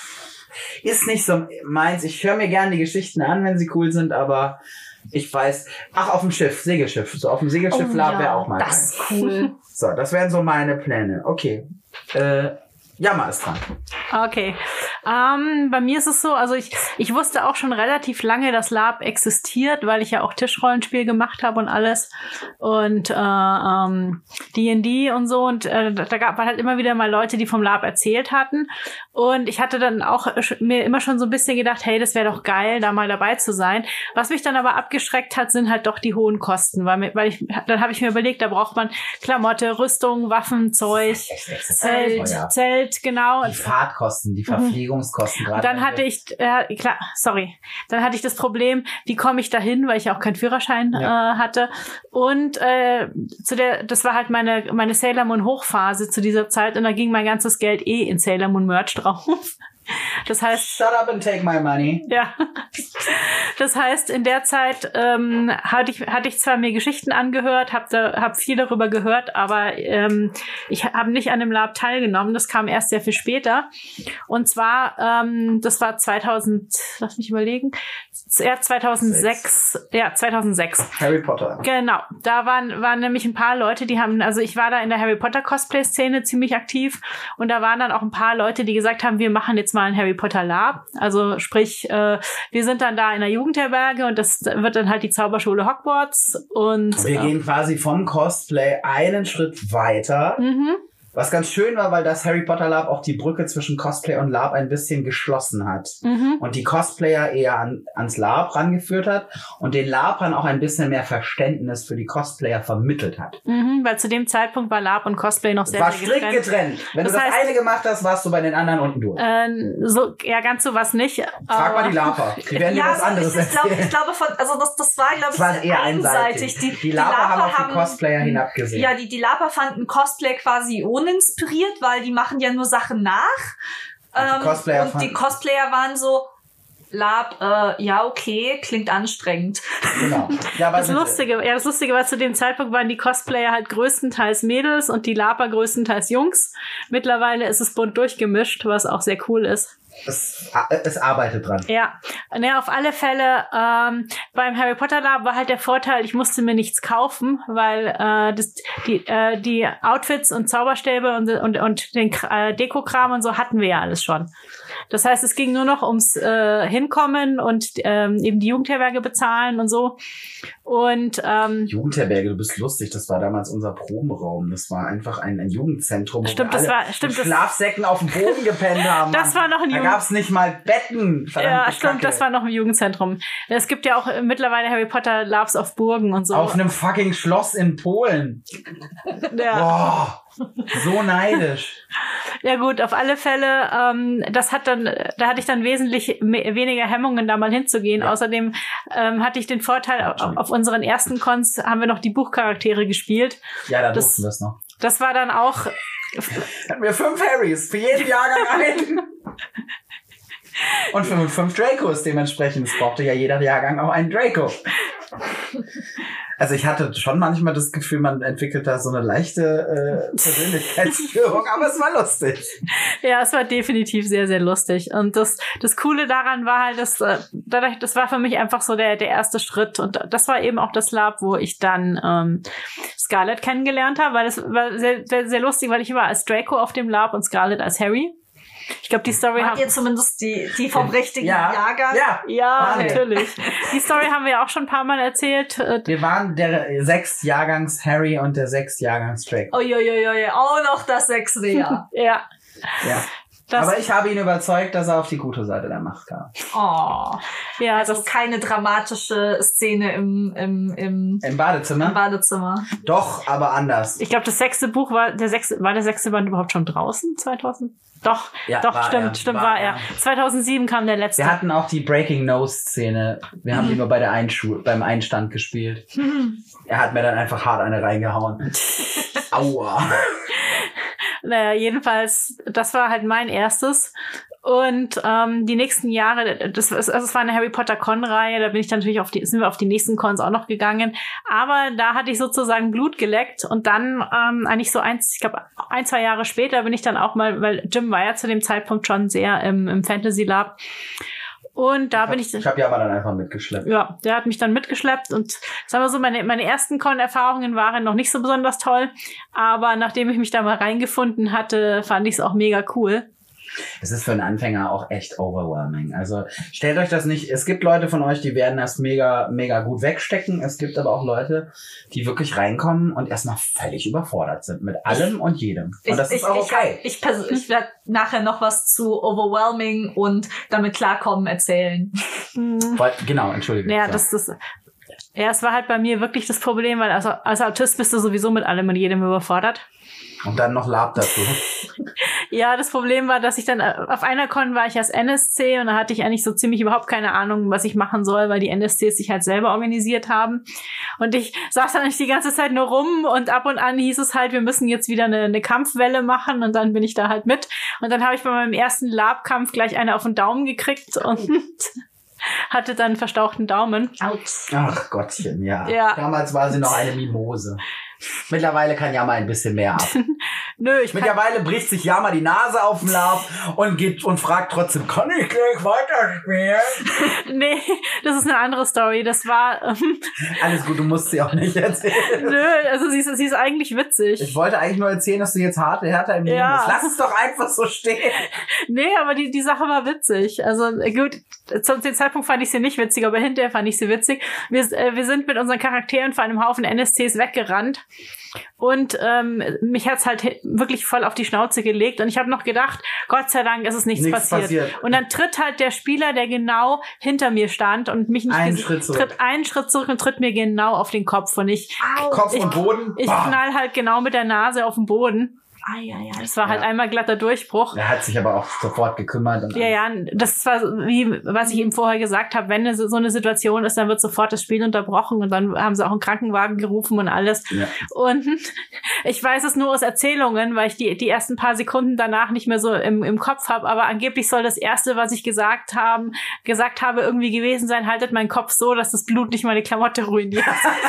ist nicht so meins. Ich höre mir gerne die Geschichten an, wenn sie cool sind, aber ich weiß... Ach, auf dem Schiff, Segelschiff. So auf dem Segelschiff Oh Lab ja, wäre auch mal das ist geil. cool. So, das wären so meine Pläne. Okay. Äh, Yama ist dran. Okay. Ähm, bei mir ist es so, also ich, ich wusste auch schon relativ lange, dass Lab existiert, weil ich ja auch Tischrollenspiel gemacht habe und alles und äh, ähm, D and D und so und äh, da gab es halt immer wieder mal Leute, die vom Lab erzählt hatten und ich hatte dann auch mir immer schon so ein bisschen gedacht, hey, das wäre doch geil, da mal dabei zu sein. Was mich dann aber abgeschreckt hat, sind halt doch die hohen Kosten, weil, weil ich, dann habe ich mir überlegt, da braucht man Klamotte, Rüstung, Waffen, Zeug, Zelt, Zelt, genau. Die Fahrtkosten, die Verpflegungskosten gerade. Dann hatte ich, äh, klar, sorry, dann hatte ich das Problem, wie komme ich dahin, weil ich ja auch keinen Führerschein Ja. äh, hatte. Und äh, zu der, das war halt meine meine Sailor Moon Hochphase zu dieser Zeit und da ging mein ganzes Geld eh in Sailor Moon Merch drauf. Das heißt, Shut up and take my money. ja. Das heißt, in der Zeit ähm, hatte ich hatte ich zwar mir Geschichten angehört, habe da, hab viel darüber gehört, aber ähm, ich habe nicht an dem Lab teilgenommen. Das kam erst sehr viel später. Und zwar, ähm, das war zweitausend, lass mich überlegen, ja, zweitausendsechs. Sechs. Ja, zweitausendsechs. Harry Potter. Genau, da waren waren nämlich ein paar Leute, die haben, also ich war da in der Harry Potter Cosplay-Szene ziemlich aktiv und da waren dann auch ein paar Leute, die gesagt haben, wir machen jetzt mal ein Harry Potter Lab. Also sprich, äh, wir sind dann da in der Jugendherberge und das wird dann halt die Zauberschule Hogwarts und Wir äh, gehen quasi vom Cosplay einen Schritt weiter mhm. Was ganz schön war, weil das Harry Potter Lab auch die Brücke zwischen Cosplay und Lab ein bisschen geschlossen hat. Mhm. Und die Cosplayer eher an, ans Lab rangeführt hat und den Labern auch ein bisschen mehr Verständnis für die Cosplayer vermittelt hat. Mhm, weil zu dem Zeitpunkt war Lab und Cosplay noch sehr, war sehr strikt getrennt. getrennt. Wenn das du das heißt, eine gemacht hast, warst du bei den anderen unten durch. Äh, so, ja, ganz so was nicht. Frag mal die Laper. Die werden ja, dir was anderes ich, ich glaube, erzählen. ich glaube von, also das, das war, glaube ich, war eher einseitig. Die, die Laper haben auf die Cosplayer hinabgesehen. Ja, die, die Laper fanden Cosplay quasi uninspiriert, weil die machen ja nur Sachen nach. Und die Cosplayer, ähm, und die Cosplayer waren so, Lab, äh, ja, okay, klingt anstrengend. Genau. Ja, aber das Lustige, ja, das Lustige war, zu dem Zeitpunkt waren die Cosplayer halt größtenteils Mädels und die Laper größtenteils Jungs. Mittlerweile ist es bunt durchgemischt, was auch sehr cool ist. Es, es arbeitet dran. Ja, naja, auf alle Fälle, ähm, beim Harry Potter Lab war halt der Vorteil, ich musste mir nichts kaufen, weil äh, das, die, äh, die Outfits und Zauberstäbe und, und, und den äh, Dekokram und so hatten wir ja alles schon. Das heißt, es ging nur noch ums äh, Hinkommen und ähm, eben die Jugendherberge bezahlen und so. Und ähm, Jugendherberge, du bist lustig, das war damals unser Probenraum. Das war einfach ein, ein Jugendzentrum, wo stimmt, wir das alle war, stimmt, mit Schlafsäcken auf dem Boden gepennt haben. Das war noch ein Da gab's nicht mal Betten. Ja, stimmt, Kacke. Das war noch ein Jugendzentrum. Es gibt ja auch mittlerweile Harry Potter Labs auf Burgen und so. Auf einem fucking Schloss in Polen. Ja. Boah. So neidisch. Ja gut, auf alle Fälle, ähm, das hat dann, da hatte ich dann wesentlich me- weniger Hemmungen, da mal hinzugehen. Ja. Außerdem ähm, hatte ich den Vorteil, auf, auf unseren ersten Cons haben wir noch die Buchcharaktere gespielt. Ja, da das, durften wir es noch. Das war dann auch... Hatten wir fünf Harrys, für jeden Jahrgang einen. Und fünf, fünf Dracos dementsprechend. Es brauchte ja jeder Jahrgang auch einen Draco. Also ich hatte schon manchmal das Gefühl, man entwickelt da so eine leichte äh, Persönlichkeitsstörung, aber es war lustig. Ja, es war definitiv sehr, sehr lustig. Und das das Coole daran war halt, dass äh, dadurch, das war für mich einfach so der der erste Schritt. Und das war eben auch das Lab, wo ich dann ähm, Scarlett kennengelernt habe, weil das war sehr, sehr, sehr lustig, weil ich war als Draco auf dem Lab und Scarlett als Harry. Ich glaube, die Story haben... Habt ihr zumindest die, die vom richtigen ja, Jahrgang? Ja, ja natürlich. Die Story haben wir ja auch schon ein paar Mal erzählt. Wir waren der sechs Jahrgangs Harry und der sechs Jahrgangs Draco. Uiuiui, auch noch das sechste Jahr. Ja. Ja. Das aber ich habe ihn überzeugt, dass er auf die gute Seite der Macht kam. Oh. Ja, also das keine dramatische Szene im, im, im, Im Badezimmer? Im Badezimmer. Doch, aber anders. Ich glaube, das sechste Buch war, der sechste, war der sechste Band überhaupt schon draußen? zweitausend? Doch, ja, doch, stimmt, er, stimmt, war, war er. zweitausendsieben kam der letzte. Wir hatten auch die Breaking Nose-Szene. Wir haben die nur bei der Einschu- beim Einstand gespielt. Er hat mir dann einfach hart eine reingehauen. Aua. Naja, jedenfalls, das war halt mein erstes. Und ähm, die nächsten Jahre, das, also es war eine Harry Potter Con-Reihe, da bin ich dann natürlich auf die, sind wir auf die nächsten Cons auch noch gegangen. Aber da hatte ich sozusagen Blut geleckt und dann ähm, eigentlich so eins, ich glaube ein, zwei Jahre später bin ich dann auch mal, weil Jim war ja zu dem Zeitpunkt schon sehr im, im Fantasy Lab. Und da ich bin hab, ich... Ich habe ja aber dann einfach mitgeschleppt. Ja, der hat mich dann mitgeschleppt und sagen wir so, meine, meine ersten Con-Erfahrungen waren noch nicht so besonders toll, aber nachdem ich mich da mal reingefunden hatte, fand ich es auch mega cool. Es ist für einen Anfänger auch echt overwhelming. Also stellt euch das nicht, es gibt Leute von euch, die werden das mega, mega gut wegstecken. Es gibt aber auch Leute, die wirklich reinkommen und erstmal völlig überfordert sind mit allem und jedem. Und ich, das ist ich, auch okay. Ich, ich, persönlich werde nachher noch was zu overwhelming und damit klarkommen erzählen. Weil, genau, Entschuldigung. Ja, so. das ist... Ja, es war halt bei mir wirklich das Problem, weil als, als Autist bist du sowieso mit allem und jedem überfordert. Und dann noch Lab dazu. Ja, das Problem war, dass ich dann, auf einer Con war ich als N S C und da hatte ich eigentlich so ziemlich überhaupt keine Ahnung, was ich machen soll, weil die N S Cs sich halt selber organisiert haben. Und ich saß dann nicht die ganze Zeit nur rum und ab und an hieß es halt, wir müssen jetzt wieder eine, eine Kampfwelle machen und dann bin ich da halt mit. Und dann habe ich bei meinem ersten Lab-Kampf gleich eine auf den Daumen gekriegt und hatte dann einen verstauchten Daumen. Autsch. Ach Gottchen, ja. Ja. Damals war sie noch eine Mimose. Mittlerweile kann Yama ein bisschen mehr ab. Nö, ich Mittlerweile bricht sich Yama die Nase auf dem Lab und geht und fragt trotzdem, kann ich gleich weiterspielen? Nee, das ist eine andere Story. Das war... Ähm, Alles gut, du musst sie auch nicht erzählen. Nö, also sie ist, sie ist eigentlich witzig. Ich wollte eigentlich nur erzählen, dass du jetzt hart, härter im Leben ja. bist. Lass es doch einfach so stehen. Nee, aber die, die Sache war witzig. Also gut, Zu dem Zeitpunkt fand ich sie nicht witzig, aber hinterher fand ich sie witzig. Wir, äh, wir sind mit unseren Charakteren vor einem Haufen N S Cs weggerannt und ähm, mich hat's halt wirklich voll auf die Schnauze gelegt und ich habe noch gedacht, Gott sei Dank ist es nichts, nichts passiert. passiert. Und dann tritt halt der Spieler, der genau hinter mir stand und mich nicht einen ges- Schritt zurück. tritt einen Schritt zurück und tritt mir genau auf den Kopf und ich Kopf ich, und Boden. Ich Bam. knall halt genau mit der Nase auf den Boden. Ah, ja, ja. Es war halt Ja. einmal glatter Durchbruch. Er hat sich aber auch sofort gekümmert. Und Ja, ja, das war wie, was ich eben vorher gesagt habe, wenn eine, so eine Situation ist, dann wird sofort das Spiel unterbrochen und dann haben sie auch einen Krankenwagen gerufen und alles. Ja. Und ich weiß es nur aus Erzählungen, weil ich die, die ersten paar Sekunden danach nicht mehr so im, im Kopf habe, aber angeblich soll das Erste, was ich gesagt haben, gesagt habe, irgendwie gewesen sein, haltet meinen Kopf so, dass das Blut nicht meine Klamotte ruiniert.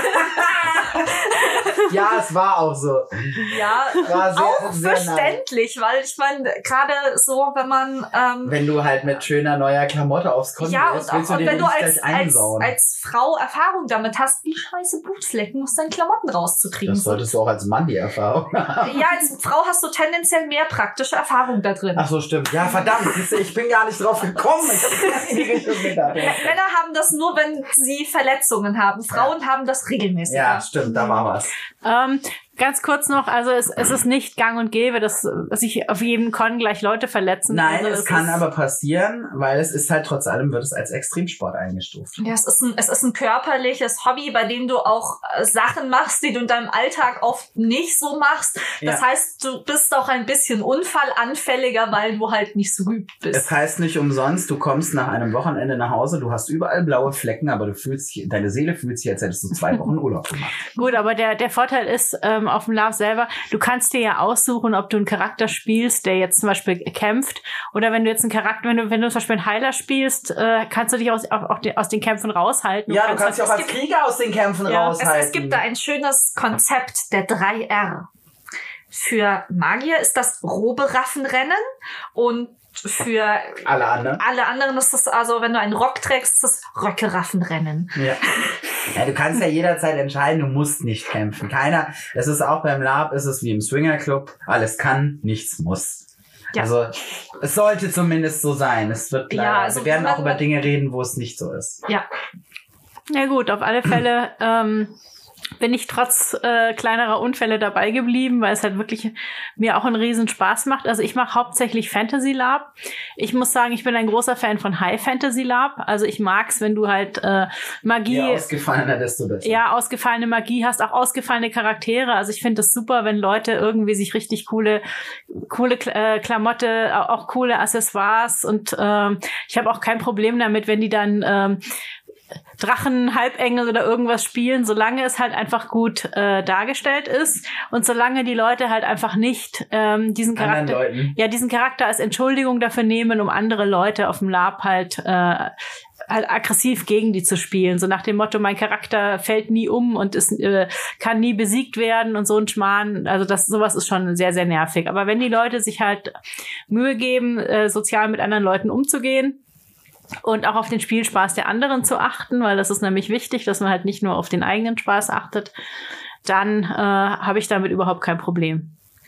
Ja, es war auch so. Ja, War sehr, auch sehr verständlich, weil ich meine, gerade so, wenn man ähm, Wenn du halt mit schöner neuer Klamotte aufs Konto ja, gehst, und, willst du und den wenn du nicht als, gleich als, einsauen. als Frau Erfahrung damit hast, wie scheiße Blutflecken aus deinen Klamotten rauszukriegen. Das solltest du auch als Mann die Erfahrung haben. Ja, als Frau hast du tendenziell mehr praktische Erfahrung da drin. Ach so, stimmt. Ja, verdammt, siehst du, ich bin gar nicht drauf gekommen. Ich hab gar nicht in die Richtung gedacht. Männer haben das nur, wenn sie Verletzungen haben. Frauen ja. haben das regelmäßig. Ja, stimmt, da war was. Ähm, ganz kurz noch, also es, es ist nicht gang und gäbe, dass sich auf jedem Con gleich Leute verletzen. Nein, also es kann aber passieren, weil es ist halt trotz allem, wird es als Extremsport eingestuft. Ja, es ist ein, es ist ein körperliches Hobby, bei dem du auch äh, Sachen machst, die du in deinem Alltag oft nicht so machst. Das Ja. heißt, du bist auch ein bisschen unfallanfälliger, weil du halt nicht so geübt bist. Es heißt nicht umsonst, du kommst nach einem Wochenende nach Hause, du hast überall blaue Flecken, aber du fühlst dich, deine Seele fühlt sich, als hättest du zwei Wochen Urlaub gemacht. Gut, aber der, der Vorteil ist, ähm, auf dem Lab selber, du kannst dir ja aussuchen, ob du einen Charakter spielst, der jetzt zum Beispiel kämpft, oder wenn du jetzt einen Charakter, wenn du, wenn du zum Beispiel einen Heiler spielst, äh, kannst du dich aus, auch, auch den, aus den Kämpfen raushalten. Ja, du kannst dich halt, auch als Krieger aus den Kämpfen Ja, raushalten. Es, es gibt da ein schönes Konzept der drei R. Für Magier ist das Roberaffenrennen und für alle anderen. alle anderen ist das, also wenn du einen Rock trägst, ist das Röckeraffenrennen. Ja. Ja, du kannst ja jederzeit entscheiden, du musst nicht kämpfen. Keiner, es ist auch beim Lab, ist es wie im Swinger Club, alles kann, nichts muss. Ja. Also, es sollte zumindest so sein. Es wird klar. Ja, also wir werden auch man- über Dinge reden, wo es nicht so ist. Ja. Ja gut, auf alle Fälle ähm, bin ich trotz äh, kleinerer Unfälle dabei geblieben, weil es halt wirklich mir auch einen riesen Spaß macht. Also ich mache hauptsächlich Fantasy Lab. Ich muss sagen, ich bin ein großer Fan von High Fantasy Lab. Also ich mag's, wenn du halt äh, Magie... Je ausgefallener, desto besser. Ja, ausgefallene Magie hast, auch ausgefallene Charaktere. Also ich finde es super, wenn Leute irgendwie sich richtig coole, coole äh, Klamotte, auch, auch coole Accessoires und ähm, ich habe auch kein Problem damit, wenn die dann ähm, Drachen, Halbengel oder irgendwas spielen, solange es halt einfach gut äh, dargestellt ist und solange die Leute halt einfach nicht ähm, diesen Anderen Charakter, Leuten. ja diesen Charakter als Entschuldigung dafür nehmen, um andere Leute auf dem Lab halt äh, halt aggressiv gegen die zu spielen, so nach dem Motto, mein Charakter fällt nie um und ist, äh, kann nie besiegt werden und so ein Schmarrn, also das sowas ist schon sehr, sehr nervig. Aber wenn die Leute sich halt Mühe geben, äh, sozial mit anderen Leuten umzugehen und auch auf den Spielspaß der anderen zu achten, weil das ist nämlich wichtig, dass man halt nicht nur auf den eigenen Spaß achtet, dann äh, habe ich damit überhaupt kein Problem.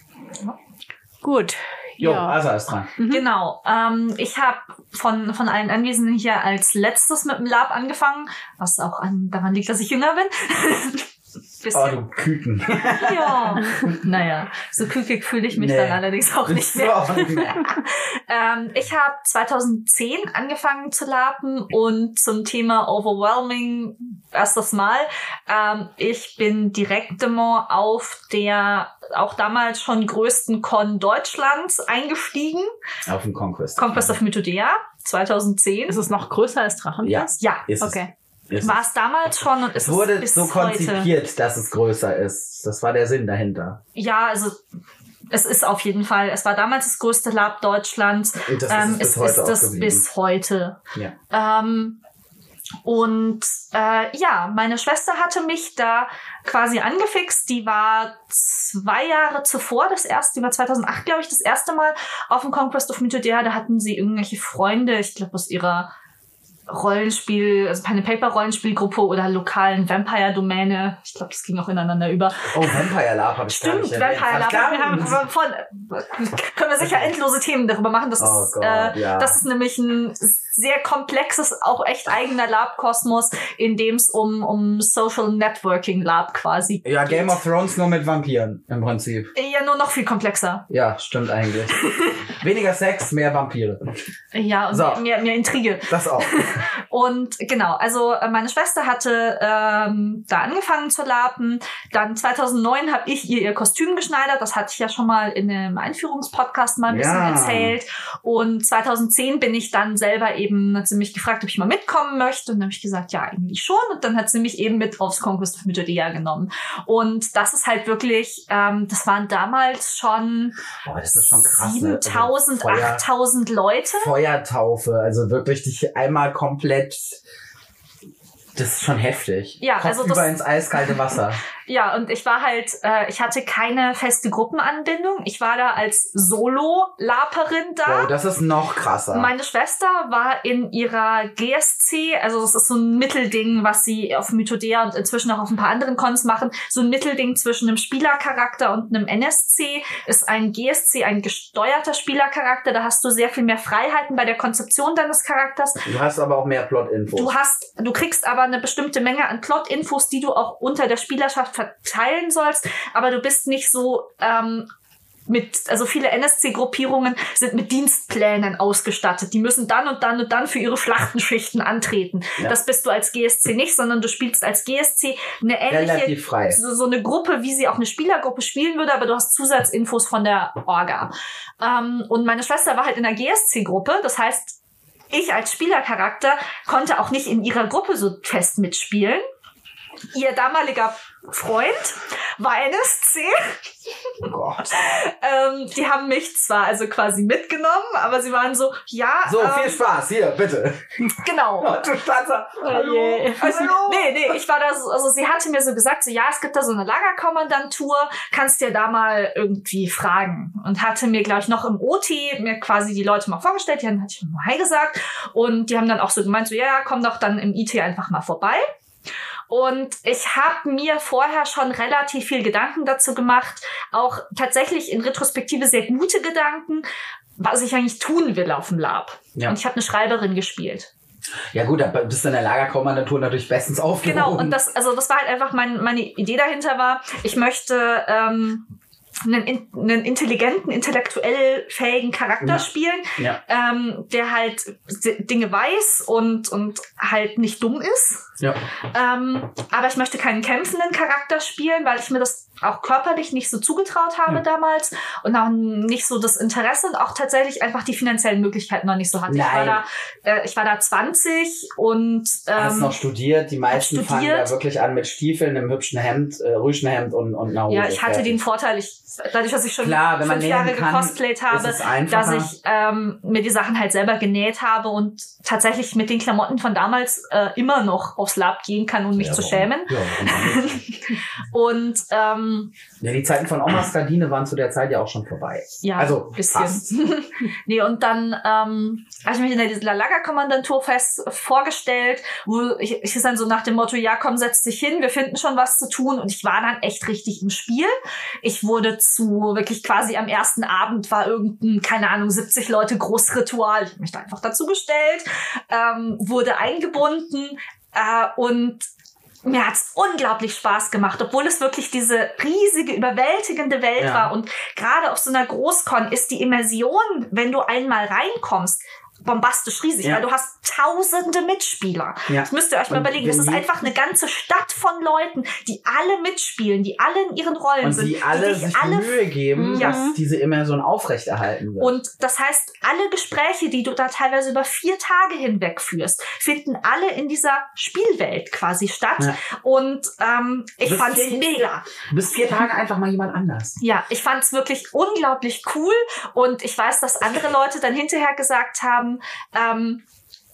Gut. Jo, ja. Asa ist dran. Mhm. Genau. Ähm, ich habe von, von allen Anwesenden hier als letztes mit dem Lab angefangen, was auch an, daran liegt, dass ich jünger bin. Oh, du Küken. Ja. Naja, so kükig fühle ich mich Nee. dann allerdings auch nicht So mehr. auch nicht mehr. Ähm, ich habe zweitausendzehn angefangen zu lapen und zum Thema Overwhelming erstes Mal. Ähm, ich bin direktement auf der auch damals schon größten Con Deutschlands eingestiegen. Auf dem Conquest. Conquest of Mythodea zweitausendzehn. Ist es noch größer als Drachenfest? Ja, Ja, ist es. Okay. Ist war es damals schon und es ist wurde es bis so heute. konzipiert, dass es größer ist. Das war der Sinn dahinter. Ja, also es ist auf jeden Fall, es war damals das größte Lab Deutschlands. Und das ähm, ist es bis es heute ist auch das geblieben. bis heute. Ja. Ähm, und äh, ja, meine Schwester hatte mich da quasi angefixt. Die war zwei Jahre zuvor, das erste, die war zweitausendacht, glaube ich, das erste Mal auf dem Conquest of Mythodea. Da hatten sie irgendwelche Freunde, ich glaube aus ihrer Rollenspiel, also Pen-and-Paper-Rollenspielgruppe oder lokalen Vampire-Domäne. Ich glaube, das ging auch ineinander über. Oh, Vampire Lab habe ich gar nicht erwähnt. Vampire Lab. Wir haben von, können wir sicher endlose Themen darüber machen. Das, oh ist, Gott, äh, ja. das ist nämlich ein sehr komplexes, auch echt eigener Lab-Kosmos, in dem es um, um Social Networking Lab quasi Ja, geht. Game of Thrones nur mit Vampiren im Prinzip. Ja, nur noch viel komplexer. Ja, stimmt eigentlich. Weniger Sex, mehr Vampire. Ja, und So. mehr, mehr, mehr Intrige. Das auch. Und genau, also äh, meine Schwester hatte ähm, da angefangen zu lapen. Dann zweitausendneun habe ich ihr ihr Kostüm geschneidert. Das hatte ich ja schon mal in einem Einführungspodcast mal ein bisschen Ja. erzählt. Und zweitausendzehn bin ich dann selber eben, hat sie mich gefragt, ob ich mal mitkommen möchte. Und dann habe ich gesagt, ja, eigentlich schon. Und dann hat sie mich eben mit aufs Conquest of Mythodea genommen. Und das ist halt wirklich, ähm, das waren damals schon, Boah, das ist schon krass. ne? siebentausend, Also Feuer- achttausend Leute. Feuertaufe, also wirklich dich einmal komplett. Das ist schon heftig. Ja, Kopf also das- über ins eiskalte Wasser. Ja, und ich war halt, äh, ich hatte keine feste Gruppenanbindung. Ich war da als Solo-Laperin da. Wow, das ist noch krasser. Meine Schwester war in ihrer G S C, also das ist so ein Mittelding, was sie auf Mythodea und inzwischen auch auf ein paar anderen Cons machen, so ein Mittelding zwischen einem Spielercharakter und einem N S C, ist ein G S C, ein gesteuerter Spielercharakter. Da hast du sehr viel mehr Freiheiten bei der Konzeption deines Charakters. Du hast aber auch mehr Plot-Infos. Du hast, du kriegst aber eine bestimmte Menge an Plot-Infos, die du auch unter der Spielerschaft verteilen sollst, aber du bist nicht so ähm, mit, also viele N S C-Gruppierungen sind mit Dienstplänen ausgestattet. Die müssen dann und dann und dann für ihre Schlachtenschichten antreten. Ja. Das bist du als G S C nicht, sondern du spielst als G S C eine ähnliche, Relativ frei. so, so eine Gruppe, wie sie auch eine Spielergruppe spielen würde, aber du hast Zusatzinfos von der Orga. Ähm, und meine Schwester war halt in der G S C-Gruppe, das heißt, ich als Spielercharakter konnte auch nicht in ihrer Gruppe so fest mitspielen. Ihr damaliger Freund war N S C. Oh Gott. ähm, die haben mich zwar also quasi mitgenommen, aber sie waren so, ja. So, ähm, viel Spaß. Hier, bitte. Genau. Oh, du Stanzer. Hallo. Yeah. Also, Hallo. nee, nee, ich war da so, also sie hatte mir so gesagt, so, ja, es gibt da so eine Lagerkommandantur, kannst dir da mal irgendwie fragen. Und hatte mir, glaube ich, noch im O T mir quasi die Leute mal vorgestellt, die haben, hatte ich mal Hi gesagt. Und die haben dann auch so gemeint, so, ja, komm doch dann im I T einfach mal vorbei. Und ich habe mir vorher schon relativ viel Gedanken dazu gemacht, auch tatsächlich in Retrospektive sehr gute Gedanken, was ich eigentlich tun will auf dem Lab. Ja. Und ich habe eine Schreiberin gespielt. Ja gut, da bist du in der Lagerkommandantur natürlich bestens aufgehoben. Genau, und das, also das war halt einfach mein, meine Idee dahinter war, ich möchte ähm, einen, einen intelligenten, intellektuell fähigen Charakter Ja. spielen, Ja. ähm, der halt Dinge weiß und, und halt nicht dumm ist. Ja. Ähm, aber ich möchte keinen kämpfenden Charakter spielen, weil ich mir das auch körperlich nicht so zugetraut habe Ja. damals und auch nicht so das Interesse und auch tatsächlich einfach die finanziellen Möglichkeiten noch nicht so hatte. Ich war Nein. da, äh, ich war da zwanzig und Hast ähm, noch studiert. Die meisten fangen studiert. da wirklich an mit Stiefeln, einem hübschen Hemd, äh, Rüschenhemd und, und einer Hose. ja, ich hatte Fertig. den Vorteil, ich, dadurch, dass ich schon Klar, wenn man fünf Jahre nähen kann, gecosplayt habe, ist es einfacher. dass ich ähm, mir die Sachen halt selber genäht habe und tatsächlich mit den Klamotten von damals äh, immer noch aufs Lab gehen kann, um mich Ja, zu warum? schämen. Ja, warum nicht? Und ähm, Ja, die Zeiten von Omas Gardine waren zu der Zeit ja auch schon vorbei. ja, Also, bisschen. fast. Nee, und dann ähm, habe ich mich in der Lagerkommandantur fest vorgestellt, wo ich, ich ist dann so nach dem Motto, ja komm, setz dich hin, wir finden schon was zu tun. Und ich war dann echt richtig im Spiel. Ich wurde zu, wirklich quasi am ersten Abend war irgendein, keine Ahnung, siebzig Leute Großritual. Ich habe mich da einfach dazu gestellt, ähm, wurde eingebunden äh, und mir hat's unglaublich Spaß gemacht, obwohl es wirklich diese riesige, überwältigende Welt Ja. war. Und gerade auf so einer Großcon ist die Immersion, wenn du einmal reinkommst, bombastisch riesig, Ja. weil du hast tausende Mitspieler. Ja. Das müsst ihr euch mal Und überlegen. Das wenn ist die- einfach eine ganze Stadt von Leuten, die alle mitspielen, die alle in ihren Rollen Und sind. die alle dich sich alle Mühe geben, Ja. dass diese Immersion aufrechterhalten wird. Und das heißt, alle Gespräche, die du da teilweise über vier Tage hinweg führst, finden alle in dieser Spielwelt quasi statt. Ja. Und ähm, ich Das fand's ist- mega. Du bist vier Tage einfach mal jemand anders. Ja, ich fand's wirklich unglaublich cool. Und ich weiß, dass andere Leute dann hinterher gesagt haben, ähm,